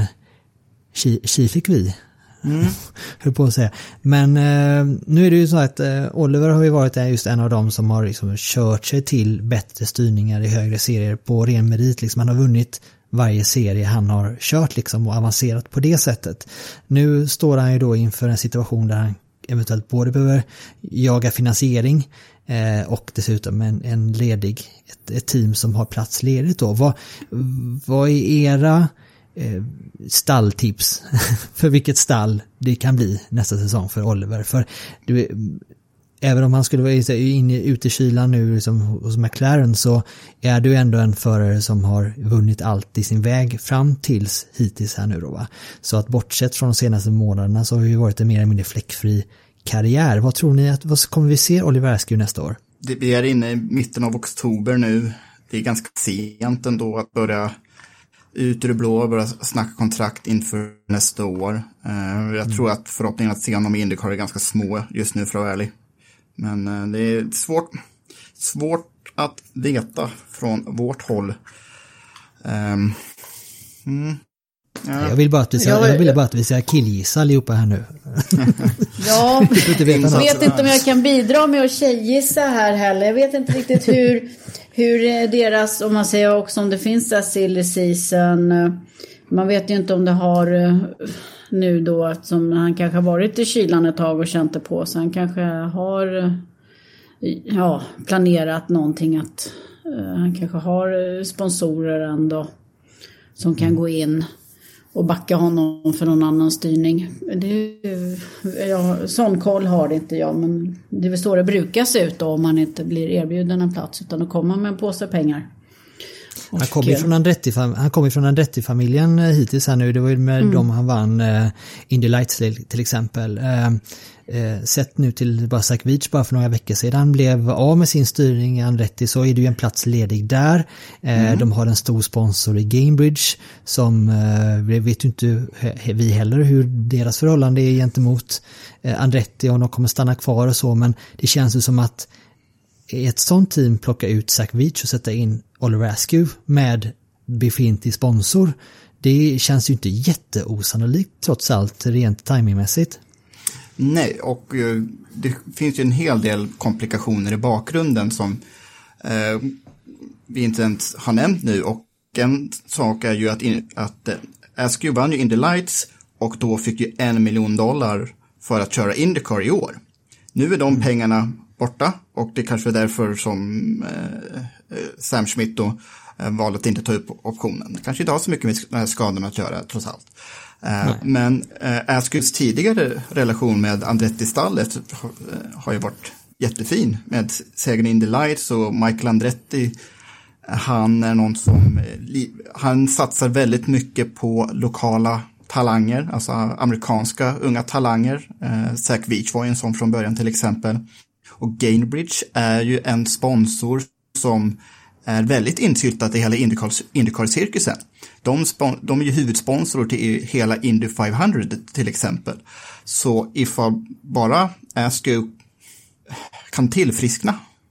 S4: tji fick vi. Mm. Hur på att säga. Men eh, nu är det ju så att eh, Oliver har ju varit just en av dem som har liksom kört sig till bättre styrningar i högre serier på ren merit. Liksom. Han har vunnit varje serie han har kört liksom, och avancerat på det sättet. Nu står han ju då inför en situation där han eventuellt både behöver jaga finansiering eh, och dessutom en, en ledig, ett, ett team som har plats ledigt då. Vad, vad är era Eh, stalltips för vilket stall det kan bli nästa säsong för Oliver? För du, även om han skulle vara inne ute i kylan nu liksom, hos McLaren, så är du ändå en förare som har vunnit allt i sin väg fram tills hittills här nu då, va? Så att bortsett från de senaste månaderna så har det ju varit en mer eller mindre fläckfri karriär. Vad tror ni att vad kommer vi se Oliver Askew nästa år?
S5: Det, vi är inne i mitten av oktober nu. Det är ganska sent ändå att börja ut ur det blå och börja snacka kontrakt inför nästa år. Uh, jag mm. tror att förhoppningen att se honom i IndyCar är ganska små just nu för att vara ärlig. Men uh, det är svårt, svårt att veta från vårt håll. Um, mm, ja.
S4: Jag vill bara att vi ska, jag, jag vill bara att vi ska killgissa allihopa här nu.
S6: Ja, jag vet inte om jag kan bidra med att tjejgissa här heller. Jag vet inte riktigt hur hur deras, om man säger också om det finns där silly season, man vet ju inte om det har nu då, som han kanske har varit i kylan ett tag och känt det på, så han kanske har ja, planerat någonting att han kanske har sponsorer ändå som kan mm. gå in och backa honom för någon annan styrning. Det, ja, sån koll har det inte jag, men det är väl så det brukar se ut då, om man inte blir erbjuden en plats, utan då kommer man med en påse pengar.
S4: Och, han kommer från Andretti, han kommer från Andretti-familjen hittills här nu. Det var ju med mm. dem han vann uh, Indy Lights till exempel. Uh, uh, sett nu till bara Zach Veach bara för några veckor sedan blev av med sin styrning i Andretti, så är det ju en plats ledig där. Uh, mm. De har en stor sponsor i Gamebridge som uh, vi vet ju inte vi heller hur deras förhållande är gentemot uh, Andretti, och de kommer stanna kvar och så, men det känns ju som att ett sånt team plocka ut Zach Veach och sätta in Oliver Askew med befintlig sponsor, det känns ju inte jätteosannolikt trots allt rent timingmässigt.
S5: Nej, och uh, det finns ju en hel del komplikationer i bakgrunden som uh, vi inte ens har nämnt nu, och en sak är ju att, in, att uh, Askew vann ju Indy Lights och då fick ju en miljon dollar för att köra IndyCar i år. Nu är de mm. pengarna borta, och det är kanske är därför som eh, Sam Schmidt då eh, valde att inte ta upp optionen. Kanske inte har så mycket med de här skadorna att göra trots allt. Eh, men eh, Askews tidigare relation med Andretti-stallet eh, har ju varit jättefin med segern Indy Lights, och Michael Andretti, han är någon som eh, li, han satsar väldigt mycket på lokala talanger, alltså amerikanska unga talanger. Eh, Zach Veach var en sån från början till exempel. Och Gainbridge är ju en sponsor som är väldigt insyltat i hela IndyCar-cirkusen. De, spon- de är ju huvudsponsor till hela Indy femhundra till exempel. Så ifall bara Askew kan tillfriskna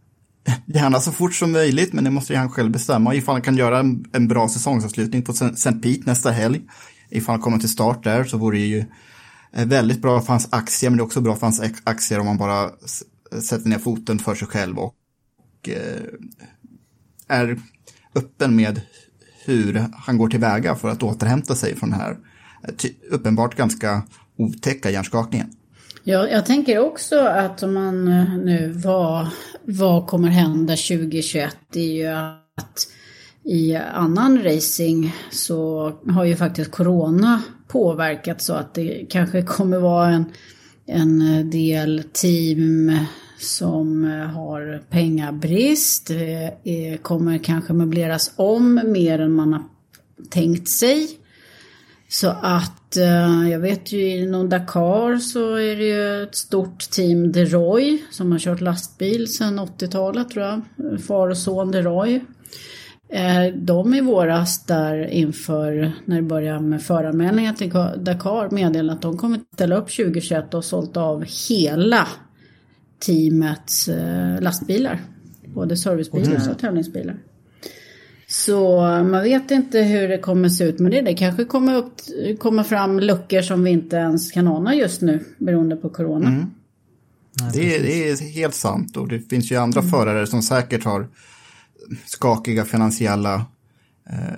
S5: gärna så fort som möjligt, men det måste ju han själv bestämma. Ifall han kan göra en, en bra säsongsavslutning på Saint Pete nästa helg, ifall han kommer till start där, så vore det ju väldigt bra för hans aktier, men det är också bra för hans aktier om man bara sätter ner foten för sig själv och, och eh, är öppen med hur han går tillväga för att återhämta sig från den här ty- uppenbart ganska otäcka hjärnskakningen.
S6: Ja, jag tänker också att om man nu, vad, vad kommer hända tjugohundratjugoett, det är ju att i annan racing så har ju faktiskt corona påverkat så att det kanske kommer vara en, en del team som har pengabrist, det kommer kanske möbleras om mer än man har tänkt sig. Så att jag vet ju inom Dakar så är det ju ett stort team DeRoy som har kört lastbil sedan åttiotalet tror jag, far och son DeRoy. De i våras där inför när det började med föranmälningar till Dakar meddelade att de kommer ställa upp tjugohundratjugoett och sålt av hela teamets lastbilar. Både servicebilar och tävlingsbilar. Så man vet inte hur det kommer se ut med det. Det kanske kommer, upp, kommer fram luckor som vi inte ens kan ana just nu beroende på corona. Mm.
S5: Det, är, det är helt sant, och det finns ju andra mm. förare som säkert har skakiga finansiella eh,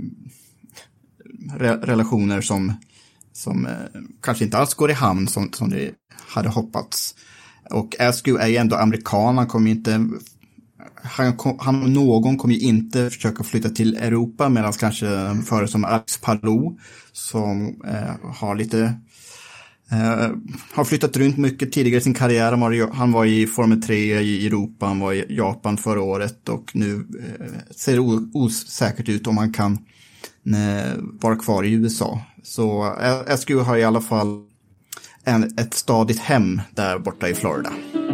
S5: re- relationer som, som eh, kanske inte alls går i hamn som, som det hade hoppats. Och Askew är ju ändå amerikan, han kommer inte han, han någon kommer ju inte försöka flytta till Europa, medan kanske förare som Alex Palou som eh, har lite Uh, har flyttat runt mycket tidigare i sin karriär. Han var, han var i Formel tre i Europa, han var i Japan förra året, och nu uh, ser det o- osäkert ut om han kan uh, vara kvar i U S A. Så uh, Askew har i alla fall en, ett stadigt hem där borta i Florida.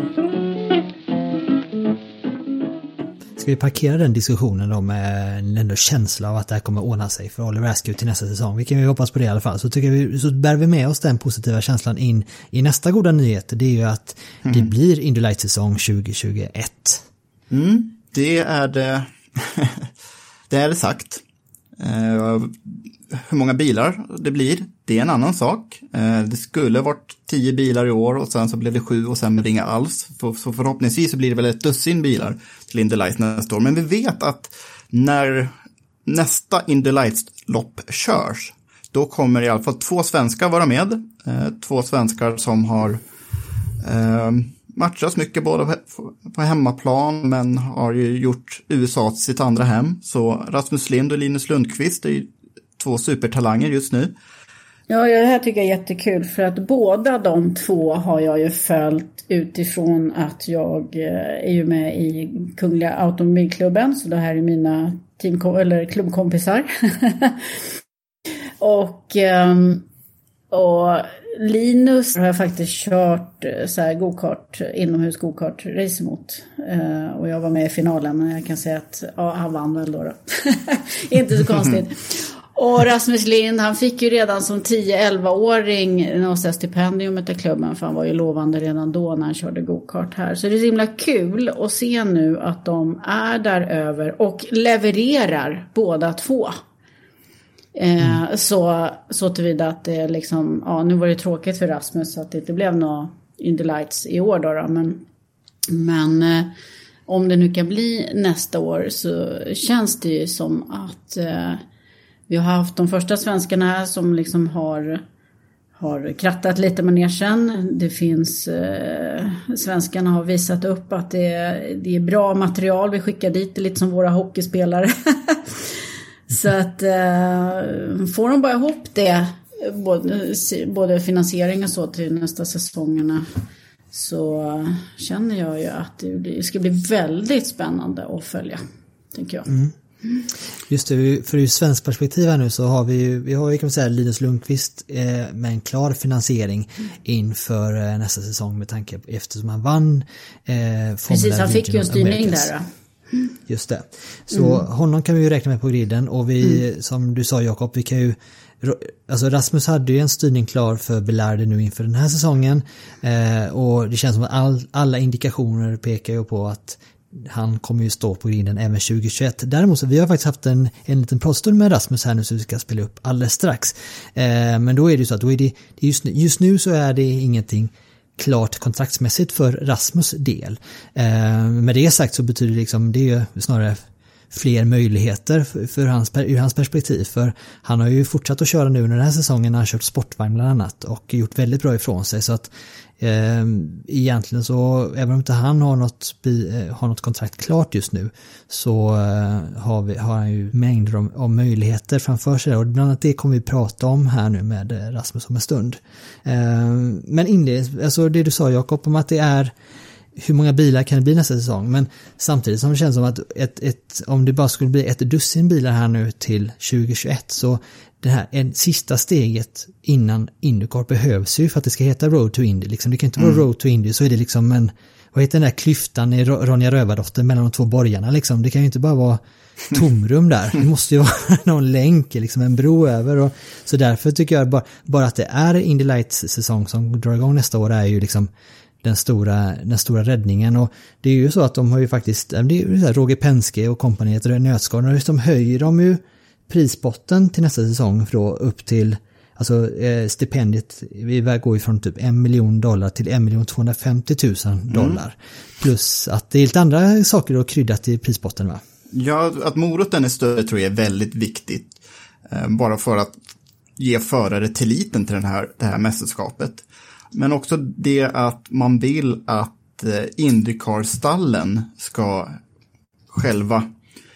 S4: Ska vi parkera den diskussionen då med en ändå känsla av att det här kommer ordna sig för Oliver Askew till nästa säsong? Vi kan ju hoppas på det i alla fall. Så tycker vi, så bär vi med oss den positiva känslan in i nästa goda nyhet. Det är ju att mm. det blir Indy Lights-säsong tjugohundratjugoett.
S5: Mm, det är det. Det är det sagt. Uh, hur många bilar det blir, det är en annan sak. Uh, det skulle varit tio bilar i år och sen så blev det sju och sen inga alls. För, så förhoppningsvis så blir det väl ett dussin bilar till Indy Lights nästa år. Men vi vet att när nästa Indy Lights-lopp körs, då kommer i alla fall två svenskar vara med. Uh, två svenskar som har uh, matchats mycket både på hemmaplan men har ju gjort U S A till sitt andra hem. Så Rasmus Lind och Linus Lundqvist är ju två supertalanger just nu.
S6: Ja, det här tycker jag är jättekul för att båda de två har jag ju följt utifrån att jag är ju med i Kungliga Automobilklubben, så det här är mina team- eller klubbkompisar. och, och Linus har jag faktiskt kört så här go-kart, inomhus go-kart-race mot. Uh, och jag var med i finalen, men jag kan säga att ja, han vann väl då. då. Inte så konstigt. Och Rasmus Lind, han fick ju redan som tio-elva-åring något stipendium av klubben, för han var ju lovande redan då när han körde go-kart här. Så det är så himla kul att se nu att de är där över och levererar båda två. Eh, mm. så, så tillvida att det liksom, ja, nu var det tråkigt för Rasmus att det inte blev några Indy Lights i år då, då men, men eh, om det nu kan bli nästa år så känns det ju som att eh, vi har haft de första svenskarna här som liksom har, har krattat lite manegen. Det finns, eh, svenskarna har visat upp att det, det är bra material vi skickar dit, det är lite som våra hockeyspelare. Så att eh, får de bara ihop det, både, både finansiering och så till nästa säsongerna, så känner jag ju att det ska bli väldigt spännande att följa, tänker jag. Mm.
S4: Just det, för ur svensk perspektiv här nu så har vi ju, vi har ju kan man säga Linus Lundqvist eh, med en klar finansiering inför eh, nästa säsong med tanke på eftersom han vann eh,
S6: Precis, han fick ju en styrning där då.
S4: Just det. Så mm. honom kan vi ju räkna med på griden, och vi, mm. som du sa Jakob, vi kan ju, alltså Rasmus hade ju en styrning klar för Belarde nu inför den här säsongen, eh, och det känns som att all, alla indikationer pekar ju på att han kommer ju stå på grinden även tjugohundratjugoett. Däremot så vi har faktiskt haft en, en liten pratstund med Rasmus här nu så vi ska spela upp alldeles strax. Eh, men då är det ju så att då är det, just, just nu så är det ingenting klart kontraktsmässigt för Rasmus del. Eh, med det sagt så betyder det liksom, det är ju snarare fler möjligheter för, för hans, ur hans perspektiv. För han har ju fortsatt att köra nu under den här säsongen. Han har kört sportvagn bland annat och gjort väldigt bra ifrån sig. Så att eh, egentligen så, även om inte han har något, har något kontrakt klart just nu, så eh, har, vi, har han ju mängder av, av möjligheter framför sig. Och bland annat det kommer vi prata om här nu med Rasmus om en stund. Eh, men inledningsvis, alltså det du sa Jakob om att det är hur många bilar kan det bli nästa säsong, men samtidigt som det känns som att ett, ett, om det bara skulle bli ett dussin bilar här nu till tjugohundratjugoett, så det här en sista steget innan IndyCar behövs ju för att det ska heta Road to Indy. Liksom, det kan inte vara mm. Road to Indy, så är det liksom en, vad heter den där klyftan i Ronja Rövardotter mellan de två borgarna liksom. Det kan ju inte bara vara tomrum där. Det måste ju vara någon länk, liksom en bro över. Och, så därför tycker jag bara, bara att det är Indy Lights säsong som drar igång nästa år är ju liksom den stora, den stora räddningen. Och det är ju så att de har ju faktiskt, det är ju så här, Roger Penske och kompaniet och nötskadorna, de höjer de ju prisbotten till nästa säsong för upp till, alltså eh, stipendiet, vi går ju från typ en miljon dollar till en miljon tvåhundrafemtio tusen dollar. Mm. Plus att det är lite andra saker att krydda till prisbotten, va? Ja,
S5: att moroten är större tror jag är väldigt viktigt. Eh, bara för att ge förare tilliten till den här, det här mästerskapet. Men också det att man vill att eh, IndyCar-stallen ska själva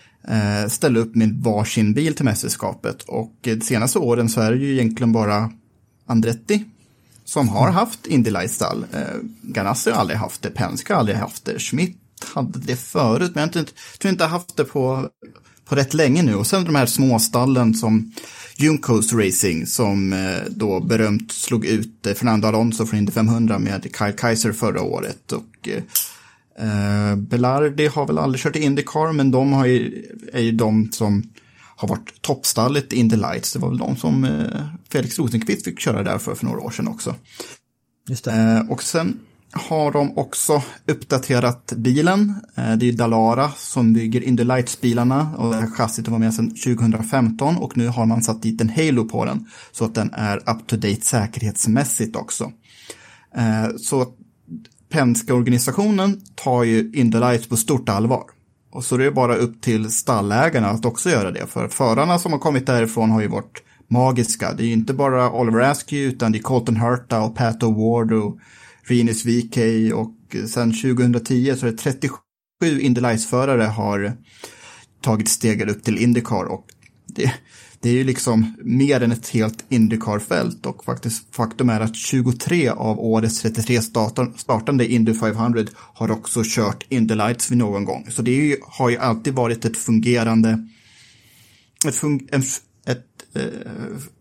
S5: eh, ställa upp med varsin bil till mästerskapet. Och eh, de senaste åren så är det ju egentligen bara Andretti som har haft Indy Lights-stall. Eh, Ganassi har aldrig haft det, Penske har aldrig haft det, Schmidt hade det förut, men jag tror inte, tror inte haft det på, på rätt länge nu. Och sen de här små stallen som Juncos Racing som eh, då berömt slog ut eh, Fernando Alonso från Indy femhundra med Kyle Kaiser förra året. Och eh, Belardi har väl aldrig kört i IndyCar, men de har ju, är ju de som har varit toppstallet i Indy Lights. Det var väl de som eh, Felix Rosenqvist fick köra där för, för några år sedan också. Just det. Eh, och sen har de också uppdaterat bilen. Det är ju Dallara som bygger Indy Lights-bilarna och det här chassit var med sedan tjugohundrafemton och nu har man satt dit en halo på den så att den är up-to-date säkerhetsmässigt också. Så Penske-organisationen tar ju Indy Lights på stort allvar. Och så är det bara upp till stallägarna att också göra det. För förarna som har kommit därifrån har ju varit magiska. Det är ju inte bara Oliver Askew utan det är Colton Herta och Pat O'Ward och Rinus V K, och sen tjugohundratio så är det trettiosju Indy Lights-förare har tagit steget upp till IndyCar, och det, det är ju liksom mer än ett helt IndyCar-fält, och faktiskt faktum är att tjugotre av årets trettiotre startar, startande Indy femhundra har också kört Indy Lights vid någon gång. Så det är ju, har ju alltid varit ett fungerande ett, fun, ett, ett eh,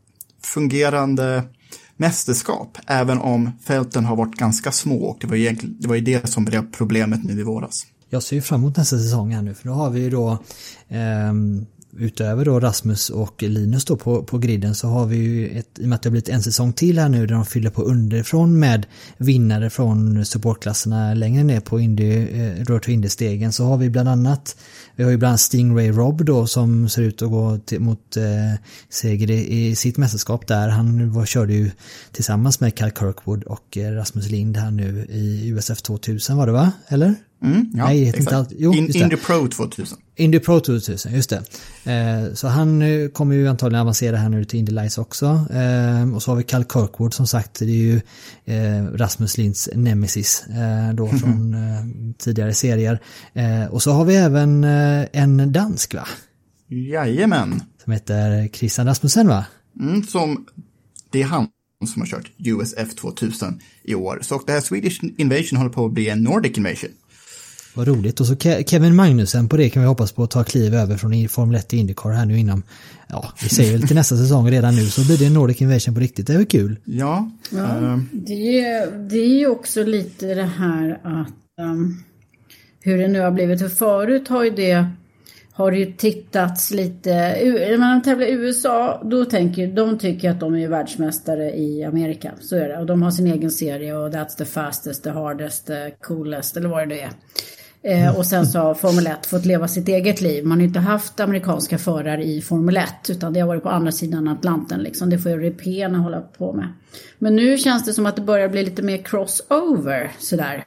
S5: fungerande mästerskap, även om fälten har varit ganska små, och det var ju, det var ju det som blev problemet nu i våras.
S4: Jag ser ju fram emot nästa säsong här nu, för då har vi ju då eh, utöver då Rasmus och Linus då på, på griden, så har vi ju ett, i och med att det har blivit en säsong till här nu där de fyller på underifrån med vinnare från supportklasserna längre ner på Indy, eh, Road to Indy-stegen, så har vi bland annat vi har ju bland annat Stingray Robb då som ser ut att gå till, mot eh, seger i, i sitt mästerskap där. Han var, körde ju tillsammans med Cal Kirkwood och eh, Rasmus Lind här nu i U S F tvåtusen, var det, va? Eller?
S5: Mm, ja,
S4: Nej, inte allt. Jo,
S5: In, Indy Pro tvåtusen.
S4: Indy Pro tvåtusen, just det. Eh, så han eh, kommer ju antagligen avancera här nu till Indy Lights också. Eh, och så har vi Cal Kirkwood som sagt, det är ju eh, Rasmus Linds nemesis eh, då från eh, tidigare serier. Eh, och så har vi även eh, en dansk, va?
S5: Jajamän.
S4: Som heter Christian Rasmussen, va?
S5: Mm, som det är han som har kört U S F tvåtusen i år. Så det här Swedish Invasion håller på att bli en Nordic Invasion.
S4: Vad roligt. Och så Kevin Magnussen på det kan vi hoppas på att ta kliv över från Formel ett till IndyCar här nu inom, ja, vi säger väl till nästa säsong redan nu, så blir det en Nordic Invasion på riktigt. Det är väl kul.
S5: Ja.
S6: ja uh... det, är, det är ju också lite det här att um, hur det nu har blivit. För förut har ju det har ju tittats lite, när man tävlar i U S A, då tänker de tycker att de är världsmästare i Amerika, så är det, och de har sin egen serie och that's the fastest, the hardest, the coolest, eller vad det är. Eh, och sen så har Formel ett fått leva sitt eget liv. Man har inte haft amerikanska förare i Formel ett, utan det har varit på andra sidan Atlanten. Liksom. Det får europeerna hålla på med. Men nu känns det som att det börjar bli lite mer crossover sådär.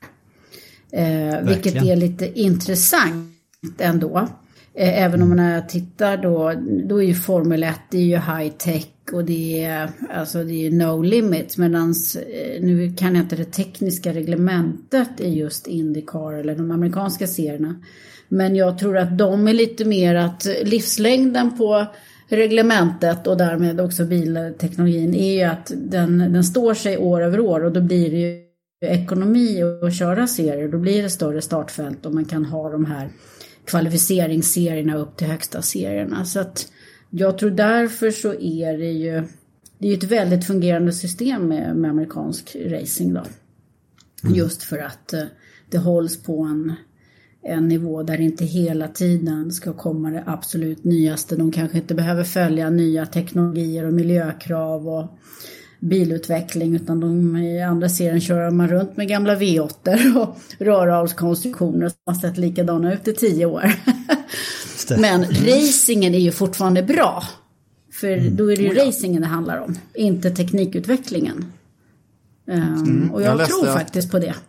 S6: Eh, vilket är lite intressant ändå. Eh, även om man tittar då, då är ju Formel ett, det är ju high tech och det är, alltså det är no limit. Medan eh, nu kan jag inte det tekniska reglementet i just IndyCar eller de amerikanska serierna. Men jag tror att de är lite mer att livslängden på reglementet och därmed också bilteknologin är ju att den, den står sig år över år, och då blir det ju ekonomi att köra serier. Då blir det större startfält och man kan ha de här kvalificeringsserierna upp till högsta serierna. Så att jag tror därför så är det ju det är ett väldigt fungerande system med, med amerikansk racing då. Mm. Just för att uh, det hålls på en, en nivå där inte hela tiden ska komma det absolut nyaste. De kanske inte behöver följa nya teknologier och miljökrav och bilutveckling, utan de i andra serien kör man runt med gamla V åtta och rörhalskonstruktioner som har sett likadana ut i tio år. Men racingen är ju fortfarande bra, för mm. då är det ju racingen det handlar om, inte teknikutvecklingen. Um, mm. Och jag, jag tror att, faktiskt på det.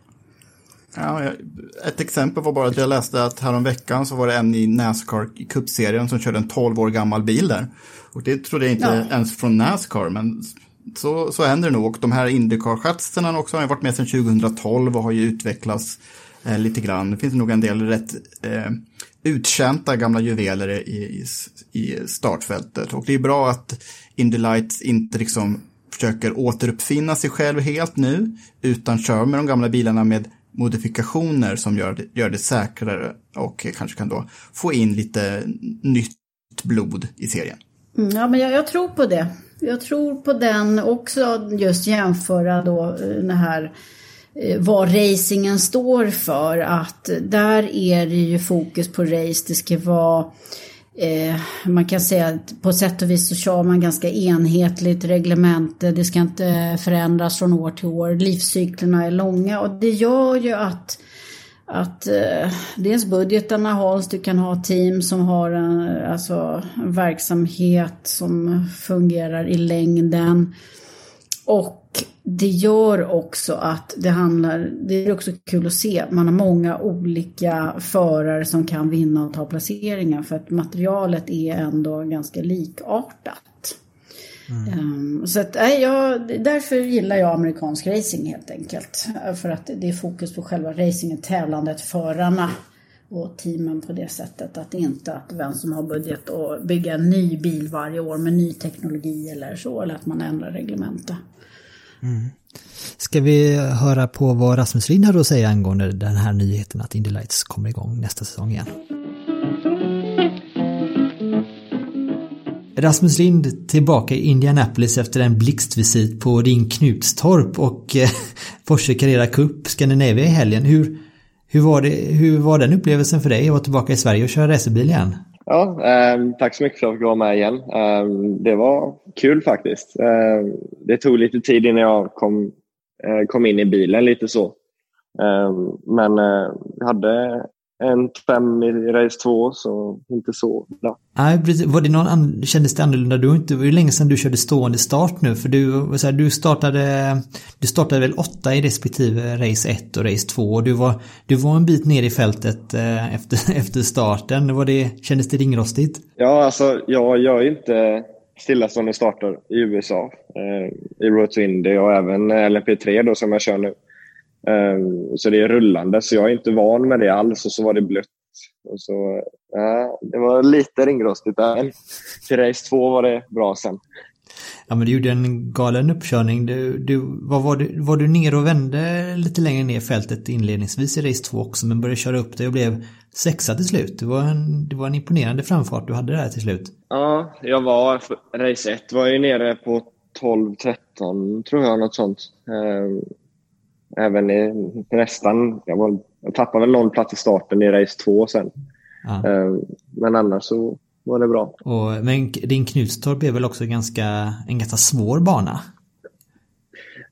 S5: Ja, ett exempel var bara att jag läste att häromveckan så var det en i NASCAR i Cup-serien som körde en tolv år gammal bil där. Och det trodde jag inte ja. ens från NASCAR, men Så, så händer det nog. Och de här IndyCar-chatserna också har varit med sedan tjugohundratolv och har ju utvecklats eh, lite grann. Det finns nog en del rätt eh, utkänta gamla juveler i, i, i startfältet. Och det är bra att Indy Lights inte liksom försöker återuppfinna sig själv helt nu, utan kör med de gamla bilarna med modifikationer som gör det, gör det säkrare och kanske kan då få in lite nytt blod i serien.
S6: Mm, ja, men jag, jag tror på det. Jag tror på den också, just jämföra då den här vad racingen står för, att där är det ju fokus på race. Det ska vara eh, man kan säga att på sätt och vis så kör man ganska enhetligt reglement. Det ska inte förändras från år till år. Livscyklerna är långa, och det gör ju att att eh, dels budgetarna hålls, du kan ha team som har en, alltså, en verksamhet som fungerar i längden, och det gör också att det handlar, det är också kul att se, man har många olika förare som kan vinna och ta placeringar, för att materialet är ändå ganska likartat. Mm. Um, så att, äh, jag, därför gillar jag amerikansk racing helt enkelt, för att det är fokus på själva racingen, tävlandet, förarna och teamen på det sättet, att det inte att vem som har budget att bygga en ny bil varje år med ny teknologi eller så, eller att man ändrar reglementa.
S4: Mm. Ska vi höra på vad Rasmus Lind har att säga angående den här nyheten att Indy Lights kommer igång nästa säsong igen? Rasmus Lind tillbaka i Indianapolis efter en blixtvisit på din Knutstorp och eh, Porsche Carrera Cup Scandinavia i helgen. Hur, hur, var det, hur var den upplevelsen för dig att vara tillbaka i Sverige och köra racerbil igen?
S7: Ja, eh, tack så mycket för att jag fick vara med igen. Eh, det var kul faktiskt. Eh, det tog lite tid innan jag kom, eh, kom in i bilen lite så. Eh, men eh, jag hade en fem i race två, så inte så bra.
S4: Nej, var det någon an- kändes det annorlunda? Du inte, var det länge sedan du körde stående start nu? För du, så här, du, startade, du startade väl åtta i respektive race ett och race två. Och du var, du var en bit ner i fältet eh, efter, efter starten. Var det, kändes det ringrostigt?
S7: Ja, alltså jag gör ju inte stillastående starter i U S A. Eh, I Road to Indy och även L M P tre då som jag kör nu. Um, så det är rullande, så jag är inte van med det alls, och så var det blött, och så ja, det var lite ringrostigt där. Till race två var det bra sen.
S4: Ja, men du gjorde en galen uppkörning. Du, du, vad var, du, var du ner och vände lite längre ner fältet inledningsvis i race två också, men började köra upp det och blev sexa till slut. Det var en, det var en imponerande framfart du hade där till slut.
S7: Ja, jag var race ett var ju nere på tolv tretton tror jag, något sånt. Um, Även i nästan, jag, var, jag tappade väl någon plats i starten i race två sen. Ja. Uh, men annars så var det bra.
S4: Och, men din Knutstorp är väl också ganska, en ganska svår bana?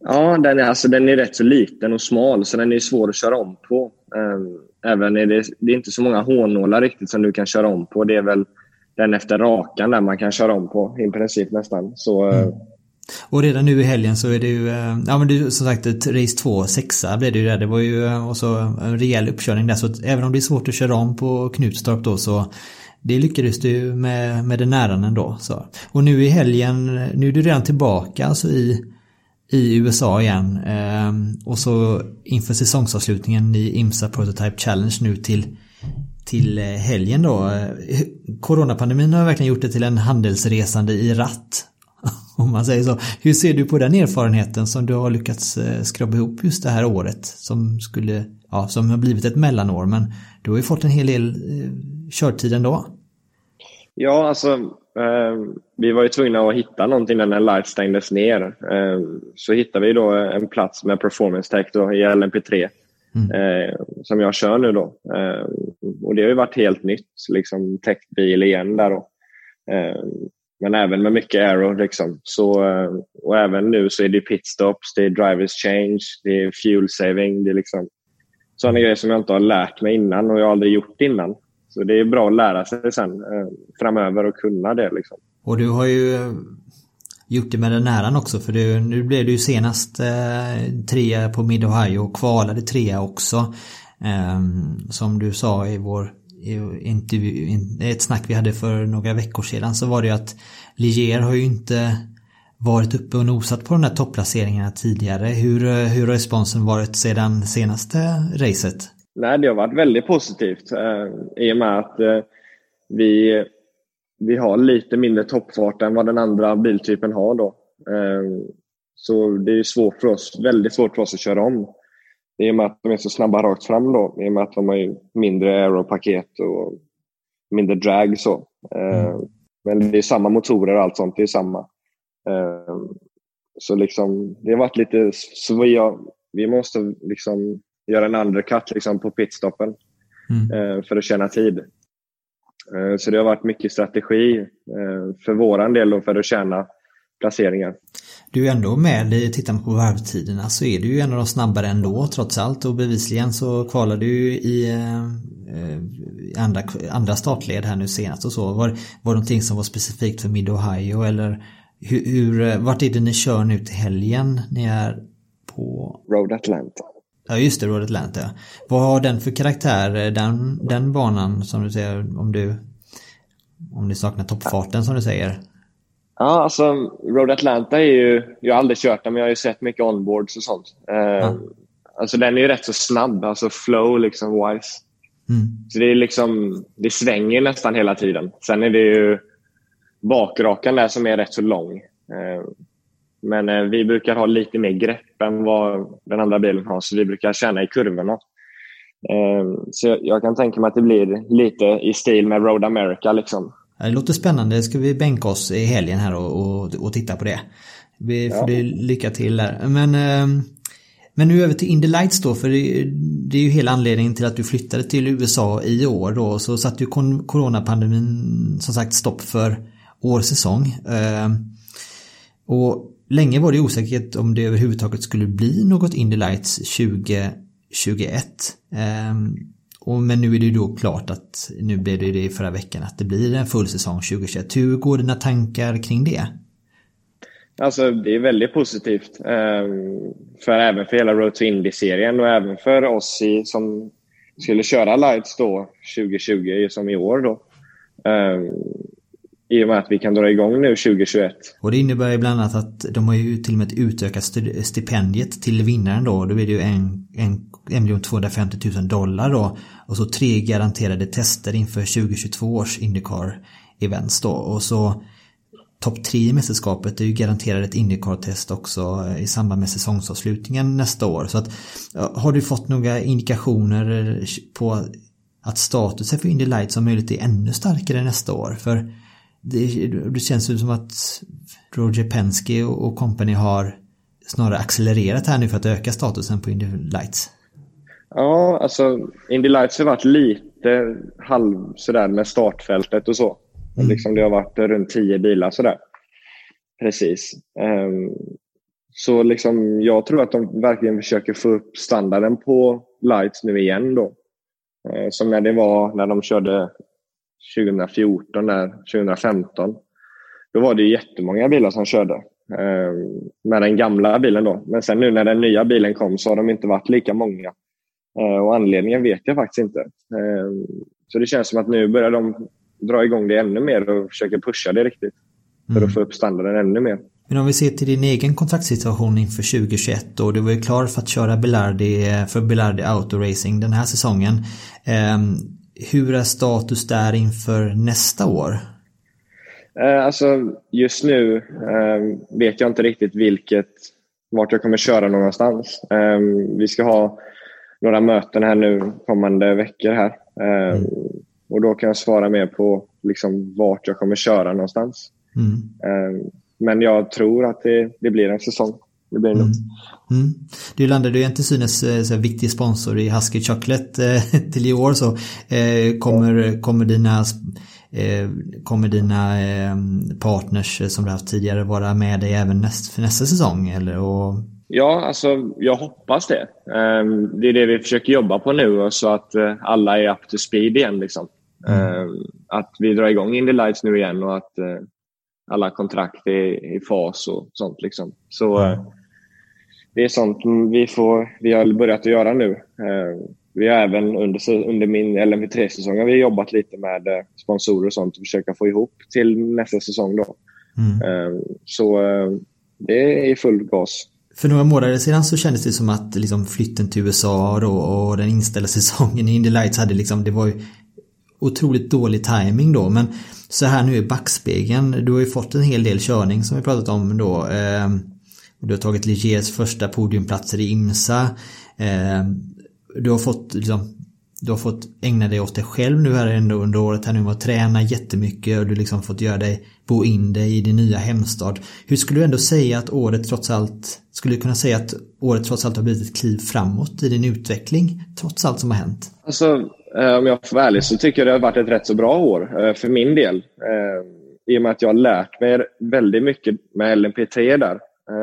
S7: Ja, den är, alltså, den är rätt så liten och smal, så den är svår att köra om på. Även är det, det är inte så många hårnålar riktigt som du kan köra om på. Det är väl den efter rakan där man kan köra om på i princip nästan. Så, mm.
S4: Och redan nu i helgen så är det ju, ja men du, som sagt, ett race två, sexa blev det ju där. Det var ju också en rejäl uppkörning där, så att även om det är svårt att köra om på Knutstorp då, så det lyckades du med, med den näran ändå. Så. Och nu i helgen, nu är du redan tillbaka alltså i, i U S A igen. Ehm, och så inför säsongsavslutningen i IMSA Prototype Challenge nu till, till helgen då. Coronapandemin har verkligen gjort det till en handelsresande i ratt, om man säger så. Hur ser du på den erfarenheten som du har lyckats skrapa ihop just det här året, som skulle, ja, som har blivit ett mellanår, men du har ju fått en hel del körtid ändå.
S7: Ja, alltså eh, vi var ju tvungna att hitta någonting när den live stängdes ner. Eh, så hittade vi då en plats med performance tech då i L M P tre mm. eh, som jag kör nu då. Eh, och det har ju varit helt nytt, liksom techbil igen där då. Eh, men även med mycket aero liksom. Så, eh, och även nu så är det pitstops, det är drivers change, det är fuel saving, det är liksom sådana grejer som jag inte har lärt mig innan och jag har aldrig gjort innan. Så det är bra att lära sig sen eh, framöver och kunna det liksom.
S4: Och du har ju gjort det med den näran också, för du, nu blev du ju senast eh, trea på Mid-Ohio och kvalade trea också. Eh, som du sa i vår i intervju, in, ett snack vi hade för några veckor sedan, så var det ju att Ligier har ju inte varit uppe och nosat på de här topplaceringarna tidigare. Hur, hur har responsen varit sedan senaste racet?
S7: Nej, det har varit väldigt positivt eh, i och med att eh, vi, vi har lite mindre toppfart än vad den andra biltypen har då. Eh, så det är svårt för oss, väldigt svårt för oss att köra om. I och med att de är så snabba rakt fram då. I och med att de har mindre aeropaket och mindre drag så. Eh, mm. Men det är samma motorer och allt sånt, det är samma. Eh, så liksom, det har varit lite, så vi, har, vi måste liksom göra en undercut liksom på pitstoppen mm. eh, för att tjäna tid. Eh, så det har varit mycket strategi eh, för våran del och för att tjäna placeringar.
S4: Du är ändå med, tittar man på varvtiderna så är du ju en av de snabbare ändå trots allt, och bevisligen så kvalar du ju i eh, andra, andra startled här nu senast och så. Var, var det någonting som var specifikt för Mid-Ohio, eller hur, hur, vart är det ni kör nu till helgen? Ni är på
S7: Road Atlanta.
S4: Ja just det, Road Atlanta. Vad har den för karaktär, den, den banan som du säger, om du om du saknar toppfarten som du säger?
S7: Ja, alltså Road Atlanta är ju, jag har aldrig kört den men jag har ju sett mycket onboards och sånt. Eh, ja. Alltså den är ju rätt så snabb, alltså flow liksom wise. Mm. Så det är liksom, det svänger nästan hela tiden. Sen är det ju bakrakan där som är rätt så lång. Eh, Men eh, vi brukar ha lite mer grepp än vad den andra bilen har. Så vi brukar känna i kurvorna. Eh, så jag, jag kan tänka mig att det blir lite i stil med Road America liksom.
S4: Det låter spännande. Ska vi bänka oss i helgen här och, och, och titta på det. Vi får ja. lycka till där. Men, eh, men nu över till Indy Lights då. För det, det är ju hela anledningen till att du flyttade till U S A i år då. Så satt ju coronapandemin som sagt stopp för årsäsong. Eh, och länge var det osäkert om det överhuvudtaget skulle bli något Indy Lights tjugo tjugoett. Um, och, men nu är det ju då klart att, nu blev det det förra veckan, att det blir en full säsong tjugo tjugoett. Hur går dina tankar kring det?
S7: Alltså det är väldigt positivt. Um, för även för hela Road to Indy-serien och även för oss i, som skulle köra Lights då tjugo tjugo som i år då. Um, I och med att vi kan dra igång nu tjugo tjugoett.
S4: Och det innebär ju bland annat att de har ju till och med utökat stipendiet till vinnaren då. Då blir det ju en, en, en miljon tvåhundrafemtio tusen dollar då. Och så tre garanterade tester inför tjugo tjugotvå års IndyCar-events då. Och så topp tre i mästerskapet är ju garanterat ett IndyCar-test också i samband med säsongsavslutningen nästa år. Så att, har du fått några indikationer på att statusen för Indy Lights som möjligt är ännu starkare nästa år? För Det, det känns som att Roger Penske och, och company har snarare accelererat här nu för att öka statusen på Indy Lights.
S7: Ja, alltså Indy Lights har varit lite halv sådär med startfältet och så. Mm. Liksom det har varit runt tio bilar sådär. Precis. Um, så liksom, jag tror att de verkligen försöker få upp standarden på lights nu igen då. Eh, som när det var när de körde tjugo fjorton, där, tjugo femton. Då var det ju jättemånga bilar som körde eh, med den gamla bilen då. Men sen nu när den nya bilen kom så har de inte varit lika många. Eh, och anledningen vet jag faktiskt inte. Eh, så det känns som att nu börjar de dra igång det ännu mer och försöka pusha det riktigt. För mm. att få upp standarden ännu mer.
S4: Men om vi ser till din egen kontraktssituation inför tjugo tjugoett då, du var ju klar för att köra Belardi för Belardi Auto Racing den här säsongen. Eh, hur är status där inför nästa år?
S7: Eh, alltså just nu eh, vet jag inte riktigt vilket, vart jag kommer köra någonstans. Eh, vi ska ha några möten här nu kommande veckor här. Eh, mm. Och då kan jag svara mer på liksom vart jag kommer köra någonstans. Mm. Eh, men jag tror att det, det blir en säsong. Det blir mm.
S4: Mm. Du landade ju inte synes så viktig sponsor i Husky Chocolate eh, till i år, så eh, kommer, kommer dina eh, kommer dina eh, partners som du haft tidigare vara med dig även näst, för nästa säsong? Eller? Och...
S7: Ja, alltså jag hoppas det. Um, det är det vi försöker jobba på nu, så att uh, alla är up to speed igen liksom. Mm. Um, att vi drar igång Indy Lights nu igen och att uh, alla kontrakt är i fas och sånt liksom. Så mm. uh, det är sånt vi får vi har börjat att göra nu. Uh, vi har även under, under min L M P tre-säsong har vi jobbat lite med uh, sponsorer och sånt och försöka få ihop till nästa säsong då. Mm. Uh, så uh, det är i full gas.
S4: För några månader sedan så kändes det som att liksom flytten till U S A då, och den inställda säsongen i Indy Lights hade liksom, det var ju otroligt dålig timing då, men så här nu i backspegeln, du har ju fått en hel del körning som vi pratat om då. Eh, du har tagit Ligiers första podiumplatser i IMSA. Eh, du har fått liksom, du har fått ägna dig åt dig själv nu här ändå under året här nu med att träna jättemycket, och du liksom fått göra dig, bo in dig i din nya hemstad. Hur skulle du ändå säga att året trots allt, skulle du kunna säga att året trots allt har blivit ett kliv framåt i din utveckling trots allt som har hänt?
S7: Alltså, om jag får vara ärlig så tycker jag det har varit ett rätt så bra år för min del. I och med att jag har lärt mig väldigt mycket med L M P tre där.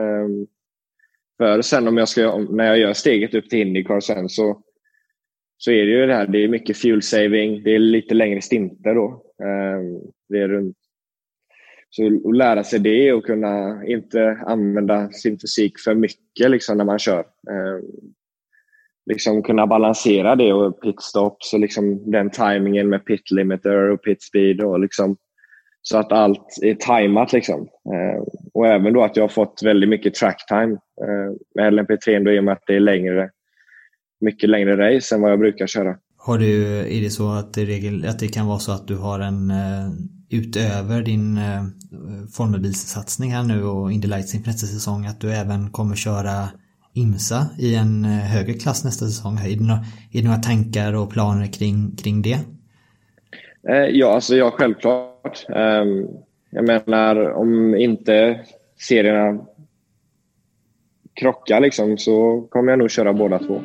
S7: För sen om jag ska, när jag gör steget upp till IndyCar sen så Så är det ju det här, det är mycket fuel saving, det är lite längre stinter då. Det är runt. Så att lära sig det och kunna inte använda sin fysik för mycket liksom när man kör. Liksom kunna balansera det och pitstops och liksom den timingen med pit limiter och pit speed och liksom så att allt är timat liksom. Och även då att jag har fått väldigt mycket track time med L M P tre då, i och med att det är längre, mycket längre race än vad jag brukar köra.
S4: Har du, är det så att det, regel, att det kan vara så att du har en uh, utöver din uh, formelbilssatsning här nu och Indy Lights inför nästa säsong, att du även kommer köra IMSA i en uh, högre klass nästa säsong? Är det, några, är det några tankar och planer kring, kring det?
S7: Uh, ja, alltså ja, självklart. Um, jag menar, om inte serierna krockar liksom, så kommer jag nog köra båda två.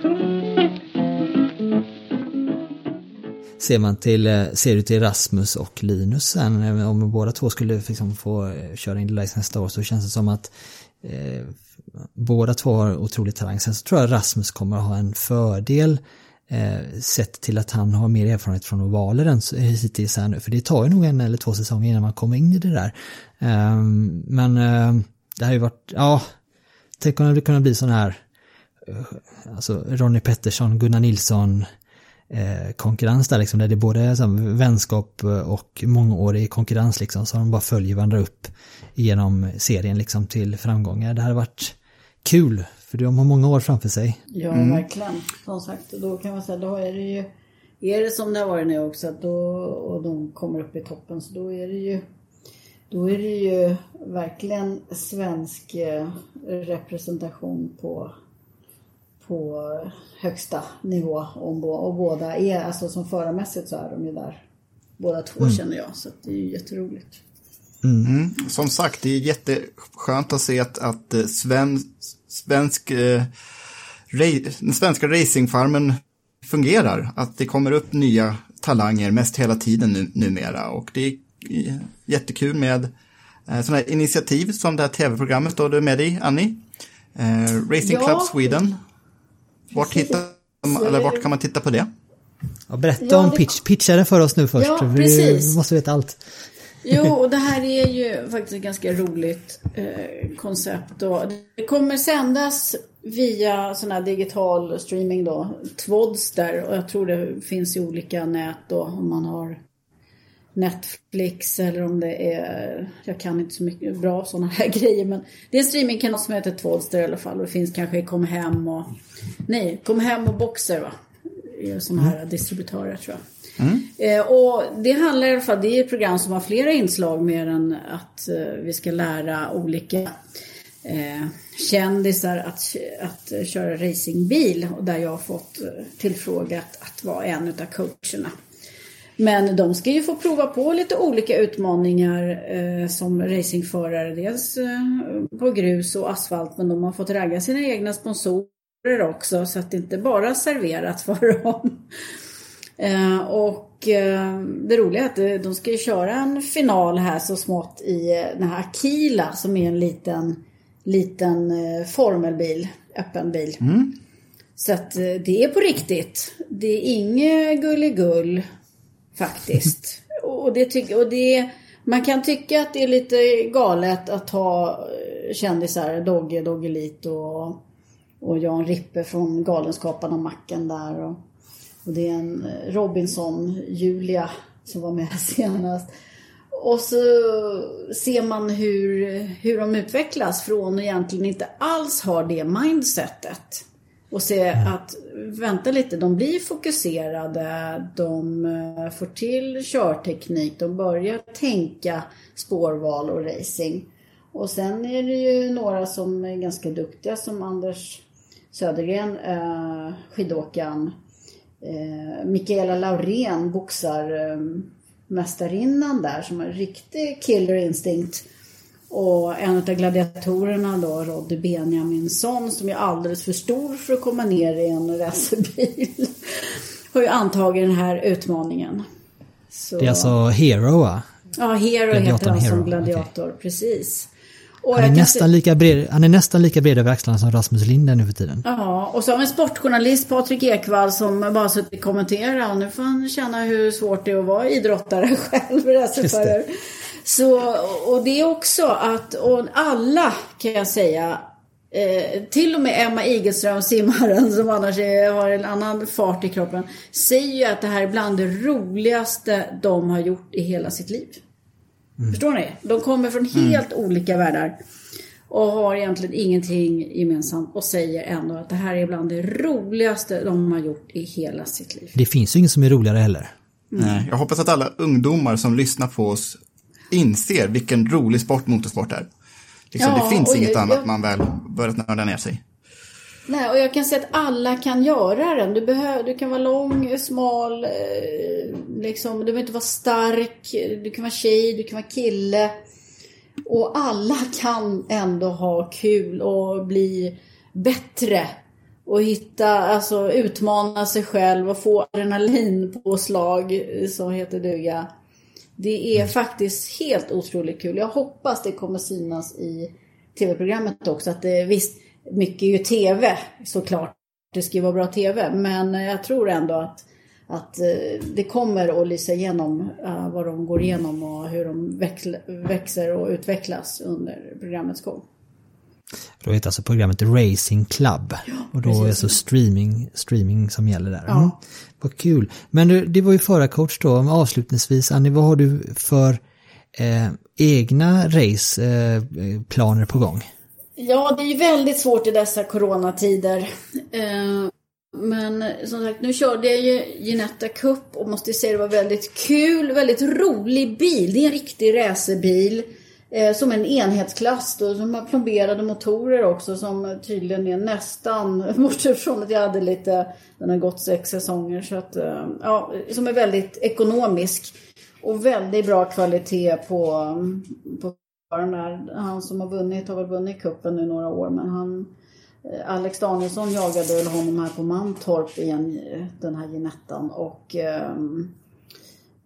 S4: Ser man till, ser du till Rasmus och Linus sen, om båda två skulle liksom få köra Indy Lights nästa år, så känns det som att eh, båda två har otrolig talang. Sen så tror jag Rasmus kommer att ha en fördel eh, sett till att han har mer erfarenhet från ovaler än hittills här nu, för det tar ju nog en eller två säsonger innan man kommer in i det där. Eh, men eh, det har ju varit, ja, tänk om det kunde bli sån här alltså Ronnie Pettersson, Gunnar Nilsson eh, konkurrens där liksom, där det både är så vänskap och mångårig konkurrens liksom, så de bara följer varandra upp genom serien liksom till framgångar. Det hade varit kul, för de har många år framför sig.
S6: Ja, mm. verkligen. Som sagt, då kan man säga, då är det ju, är det som det har varit nu också, att då, och de kommer upp i toppen, så då är det ju Då är det ju verkligen svensk representation på, på högsta nivå. Och båda är, alltså som förarmässigt så är de ju där. Båda två mm. känner jag, så det är ju jätteroligt.
S5: Mm. Mm. Som sagt, det är jätteskönt att se att, att sven, svensk, eh, ra, den svenska racingfarmen fungerar. Att det kommer upp nya talanger mest hela tiden nu, numera. Och det är jättekul med Eh, sådana här initiativ som det här tv-programmet då du är med i, Annie. Eh, Racing
S6: ja.
S5: Club Sweden. Vart, hittar, eller vart kan man titta på det?
S4: Ja, berätta
S6: ja,
S4: om
S6: det...
S4: pitch. Pitcha det för oss nu först.
S6: Ja,
S4: vi
S6: precis.
S4: måste veta allt.
S6: Jo, och det här är ju faktiskt ett ganska roligt eh, koncept då. Det kommer sändas via sån här digital streaming då, Twodster, och jag tror det finns i olika nät då, om man har Netflix eller om det är, jag kan inte så mycket bra sådana här grejer, men det är en streamingkanal som heter Twodster i alla fall, och det finns kanske Kom Hem och nej, Kom Hem och Boxer, va? Det är sådana här distributörer, tror jag. Mm. Eh, och det handlar i alla fall, det är ett program som har flera inslag mer än att eh, vi ska lära olika eh, kändisar att, att köra racingbil, och där jag har fått eh, tillfrågat att vara en av coacherna. Men de ska ju få prova på lite olika utmaningar eh, som racingförare, dels eh, på grus och asfalt, men de har fått ragga sina egna sponsorer också, så att det inte bara serverat för dem. Eh, och eh, det roliga är att de ska ju köra en final här så smått i den här Aquila, som är en liten, liten eh, formelbil, öppen bil. Mm. Så att eh, det är på riktigt. Det är inget gulligull faktiskt. och det tycker och det man kan tycka att det är lite galet att ha kändisar, Dogge, Doggelit och och Jan Rippe från Galenskaparna Macken där, och Och det är en Robinson, Julia, som var med senast. Och så ser man hur, hur de utvecklas från och egentligen inte alls har det mindsetet. Och se att, vänta lite, de blir fokuserade, de får till körteknik, de börjar tänka spårval och racing. Och sen är det ju några som är ganska duktiga, som Anders Södergren, eh, skidåkaren. Eh, Mikaela Laurén, boxarmästarinnan där, som har riktig killer instinct, och en av gladiatorerna då, Roddy Benjaminsson, som är alldeles för stor för att komma ner i en racerbil, har ju antagit den här utmaningen. Så... Det
S4: är alltså Hero, va?
S6: Ja, Hero heter han som gladiator, okay. Precis.
S4: Han är, nästan se... lika bred, han är nästan lika bred över axlarna som Rasmus Linden nu för tiden.
S6: Ja, och så har vi en sportjournalist, Patrik Ekvall, som bara suttit och kommenterat. Och nu får han känna hur svårt det är att vara idrottare själv. Det. Så, och det är också att, och alla kan jag säga, eh, till och med Emma Igelström, simmaren, som annars är, har en annan fart i kroppen, säger ju att det här är bland det roligaste de har gjort i hela sitt liv. Mm. Förstår ni? De kommer från helt mm. olika världar och har egentligen ingenting gemensamt, och säger ändå att det här är bland det roligaste de har gjort i hela sitt liv.
S4: Det finns ju ingen som är roligare heller.
S5: Mm. Nej, jag hoppas att alla ungdomar som lyssnar på oss inser vilken rolig sport motorsport är. Liksom, ja, det finns inget jag, annat jag... man väl börjat nörda ner sig.
S6: Nej, och jag kan säga att alla kan göra den. Du, behöver, du kan vara lång, smal, eh, liksom, du behöver inte vara stark, du kan vara tjej, du kan vara kille. Och alla kan ändå ha kul och bli bättre. Och hitta, alltså utmana sig själv och få adrenalin på slag, som heter duga. Det är faktiskt helt otroligt kul. Jag hoppas det kommer synas i tv-programmet också. Att det, visst, mycket är ju tv såklart. Det ska ju vara bra tv. Men jag tror ändå att, att det kommer att lysa igenom uh, vad de går igenom och hur de växl- växer och utvecklas under programmets gång.
S4: Då heter alltså programmet Racing Club. Ja, och då precis. Är det så streaming, streaming som gäller där. Ja. Mm. Vad kul. Men det, det var ju förra coach då. Avslutningsvis, Annie, vad har du för eh, egna raceplaner eh, på gång?
S6: Ja, det är ju väldigt svårt i dessa coronatider. Eh, men som sagt, nu körde jag ju Ginetta Cup och måste säga det var väldigt kul, väldigt rolig bil. Det är en riktig racerbil. Eh, som en enhetsklass då, som har plomberade motorer också, som tydligen är nästan, bortsett från att jag hade lite, den har gått sex säsonger, så att, eh, ja, som är väldigt ekonomisk och väldigt bra kvalitet på, på den där. Han som har vunnit, har väl vunnit kuppen nu några år, men han, eh, Alex Danielsson jagade väl honom här på Mantorp igen, den här Ginettan, och eh,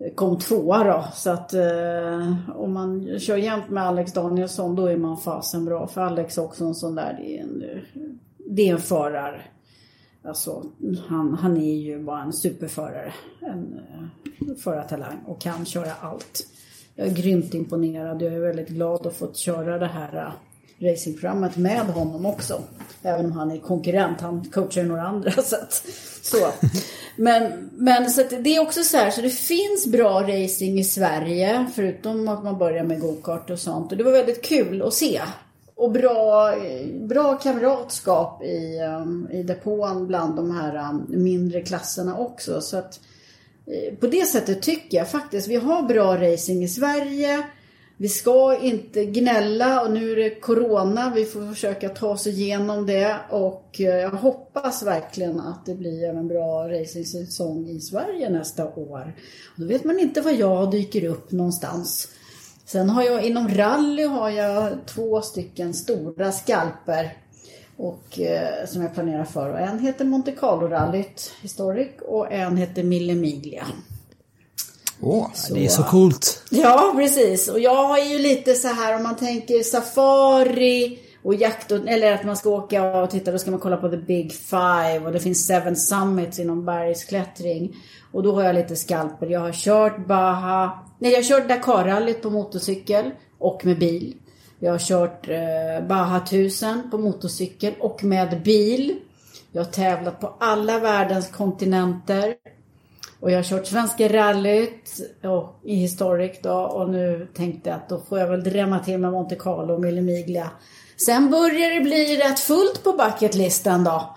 S6: kom tvåa då. Så att eh, om man kör jämt med Alex Danielsson, då är man fasen bra. För Alex är också en sån där, det är en, det är en förare. Alltså, han, han är ju bara en superförare. En uh, förartalang och kan köra allt. Jag är grymt imponerad. Jag är väldigt glad att få köra det här uh, racingprogrammet med honom också. Även om han är konkurrent. Han coachar några andra. Så, att, så. Men, men så att det är också så här. Så det finns bra racing i Sverige. Förutom att man börjar med go-kart och sånt. Och det var väldigt kul att se. Och bra, bra kamratskap i, um, i depån bland de här um, mindre klasserna också. Så att eh, på det sättet tycker jag faktiskt vi har bra racing i Sverige. Vi ska inte gnälla och nu är det corona. Vi får försöka ta oss igenom det. Och eh, jag hoppas verkligen att det blir en bra racing-säsong i Sverige nästa år. Och då vet man inte vad jag dyker upp någonstans. Sen har jag inom rally har jag två stycken stora skalper och, eh, som jag planerar för. Och en heter Monte Carlo Rallyt Historic och en heter Mille Miglia.
S5: Åh,
S4: så, det är så coolt.
S6: Ja, precis. Och jag har ju lite så här om man tänker safari och jakt, eller att man ska åka och titta, då ska man kolla på The Big Five och det finns Seven Summits inom bergsklättring. Och då har jag lite skalper. Jag har kört Baja, nej jag har kört Dakar-rallyt på motorcykel och med bil. Jag har kört eh, Baja tusen på motorcykel och med bil. Jag har tävlat på alla världens kontinenter. Och jag har kört Svenska rallyt och, i Historic då. Och nu tänkte jag att då får jag väl drämma till med Monte Carlo och Mille Miglia. Sen börjar det bli rätt fullt på bucketlistan då.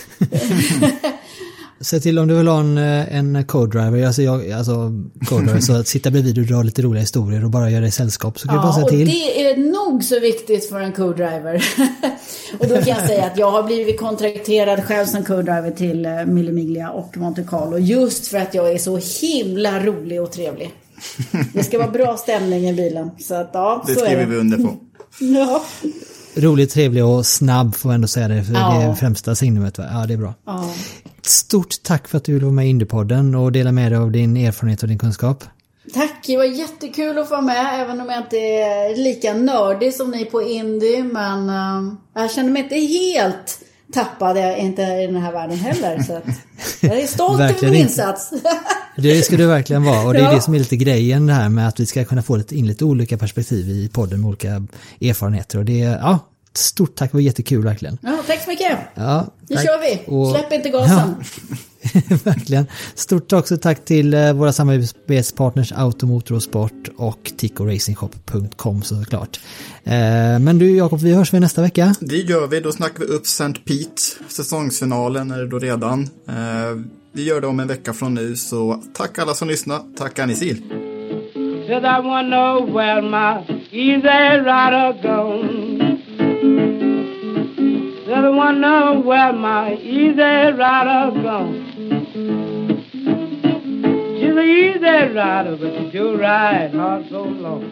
S4: Se till om du vill ha en, en co-driver, alltså, jag, alltså co-driver, så att sitta bredvid och dra lite roliga historier och bara göra det i sällskap, så kan
S6: ja,
S4: du bara säga till.
S6: Och det är nog så viktigt för en co-driver. Och då kan jag säga att jag har blivit kontrakterad själv som co-driver till Mille Miglia och Monte Carlo, just för att jag är så himla rolig och trevlig. Det ska vara bra stämning i bilen. Så att, ja,
S5: det
S6: så
S5: skriver
S6: är det.
S5: vi under på.
S6: Ja.
S4: Rolig, trevlig och snabb får jag ändå säga det, för
S6: ja.
S4: det är främsta signumet. Ja, det är bra.
S6: Ja.
S4: Stort tack för att du ville vara med i Indiepodden och dela med dig av din erfarenhet och din kunskap.
S6: Tack, det var jättekul att få med, även om jag inte är lika nördig som ni på Indy, men uh, jag känner mig inte helt tappad, jag är inte i den här världen heller, så att jag är stolt över min insats.
S4: Det ska du verkligen vara, och det är
S6: ja.
S4: det som är lite grejen det här med att vi ska kunna få lite in lite olika perspektiv i podden med olika erfarenheter, och det är, ja, stort tack, det var jättekul verkligen.
S6: Ja, tack så mycket.
S4: Ja,
S6: nu kör vi, och, släpp inte gasen.
S4: Ja, verkligen. Stort också tack till uh, våra samarbetspartners Automotor och Sport och tico racing shop punkt com såklart. Uh, men du Jakob, vi hörs vi nästa vecka.
S5: Det gör vi, då snackar vi upp Saint Pete, säsongsfinalen är det då redan. Uh, vi gör det om en vecka från nu, så tack alla som lyssnar, tack Anisil.
S3: Said I wanna know where my easy rider gone. Said I wanna know where my easy rider gone. She's an easy rider, but she do ride hard so long.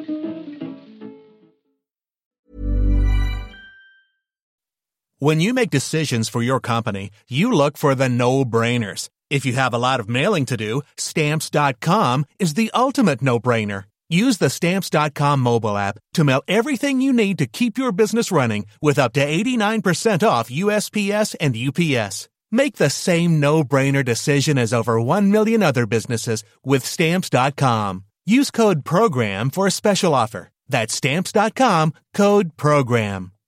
S8: When you make decisions for your company, you look for the no-brainers. If you have a lot of mailing to do, Stamps dot com is the ultimate no-brainer. Use the Stamps dot com mobile app to mail everything you need to keep your business running with up to eighty-nine percent off U S P S and U P S. Make the same no-brainer decision as over one million other businesses with Stamps dot com. Use code PROGRAM for a special offer. That's Stamps dot com, code PROGRAM.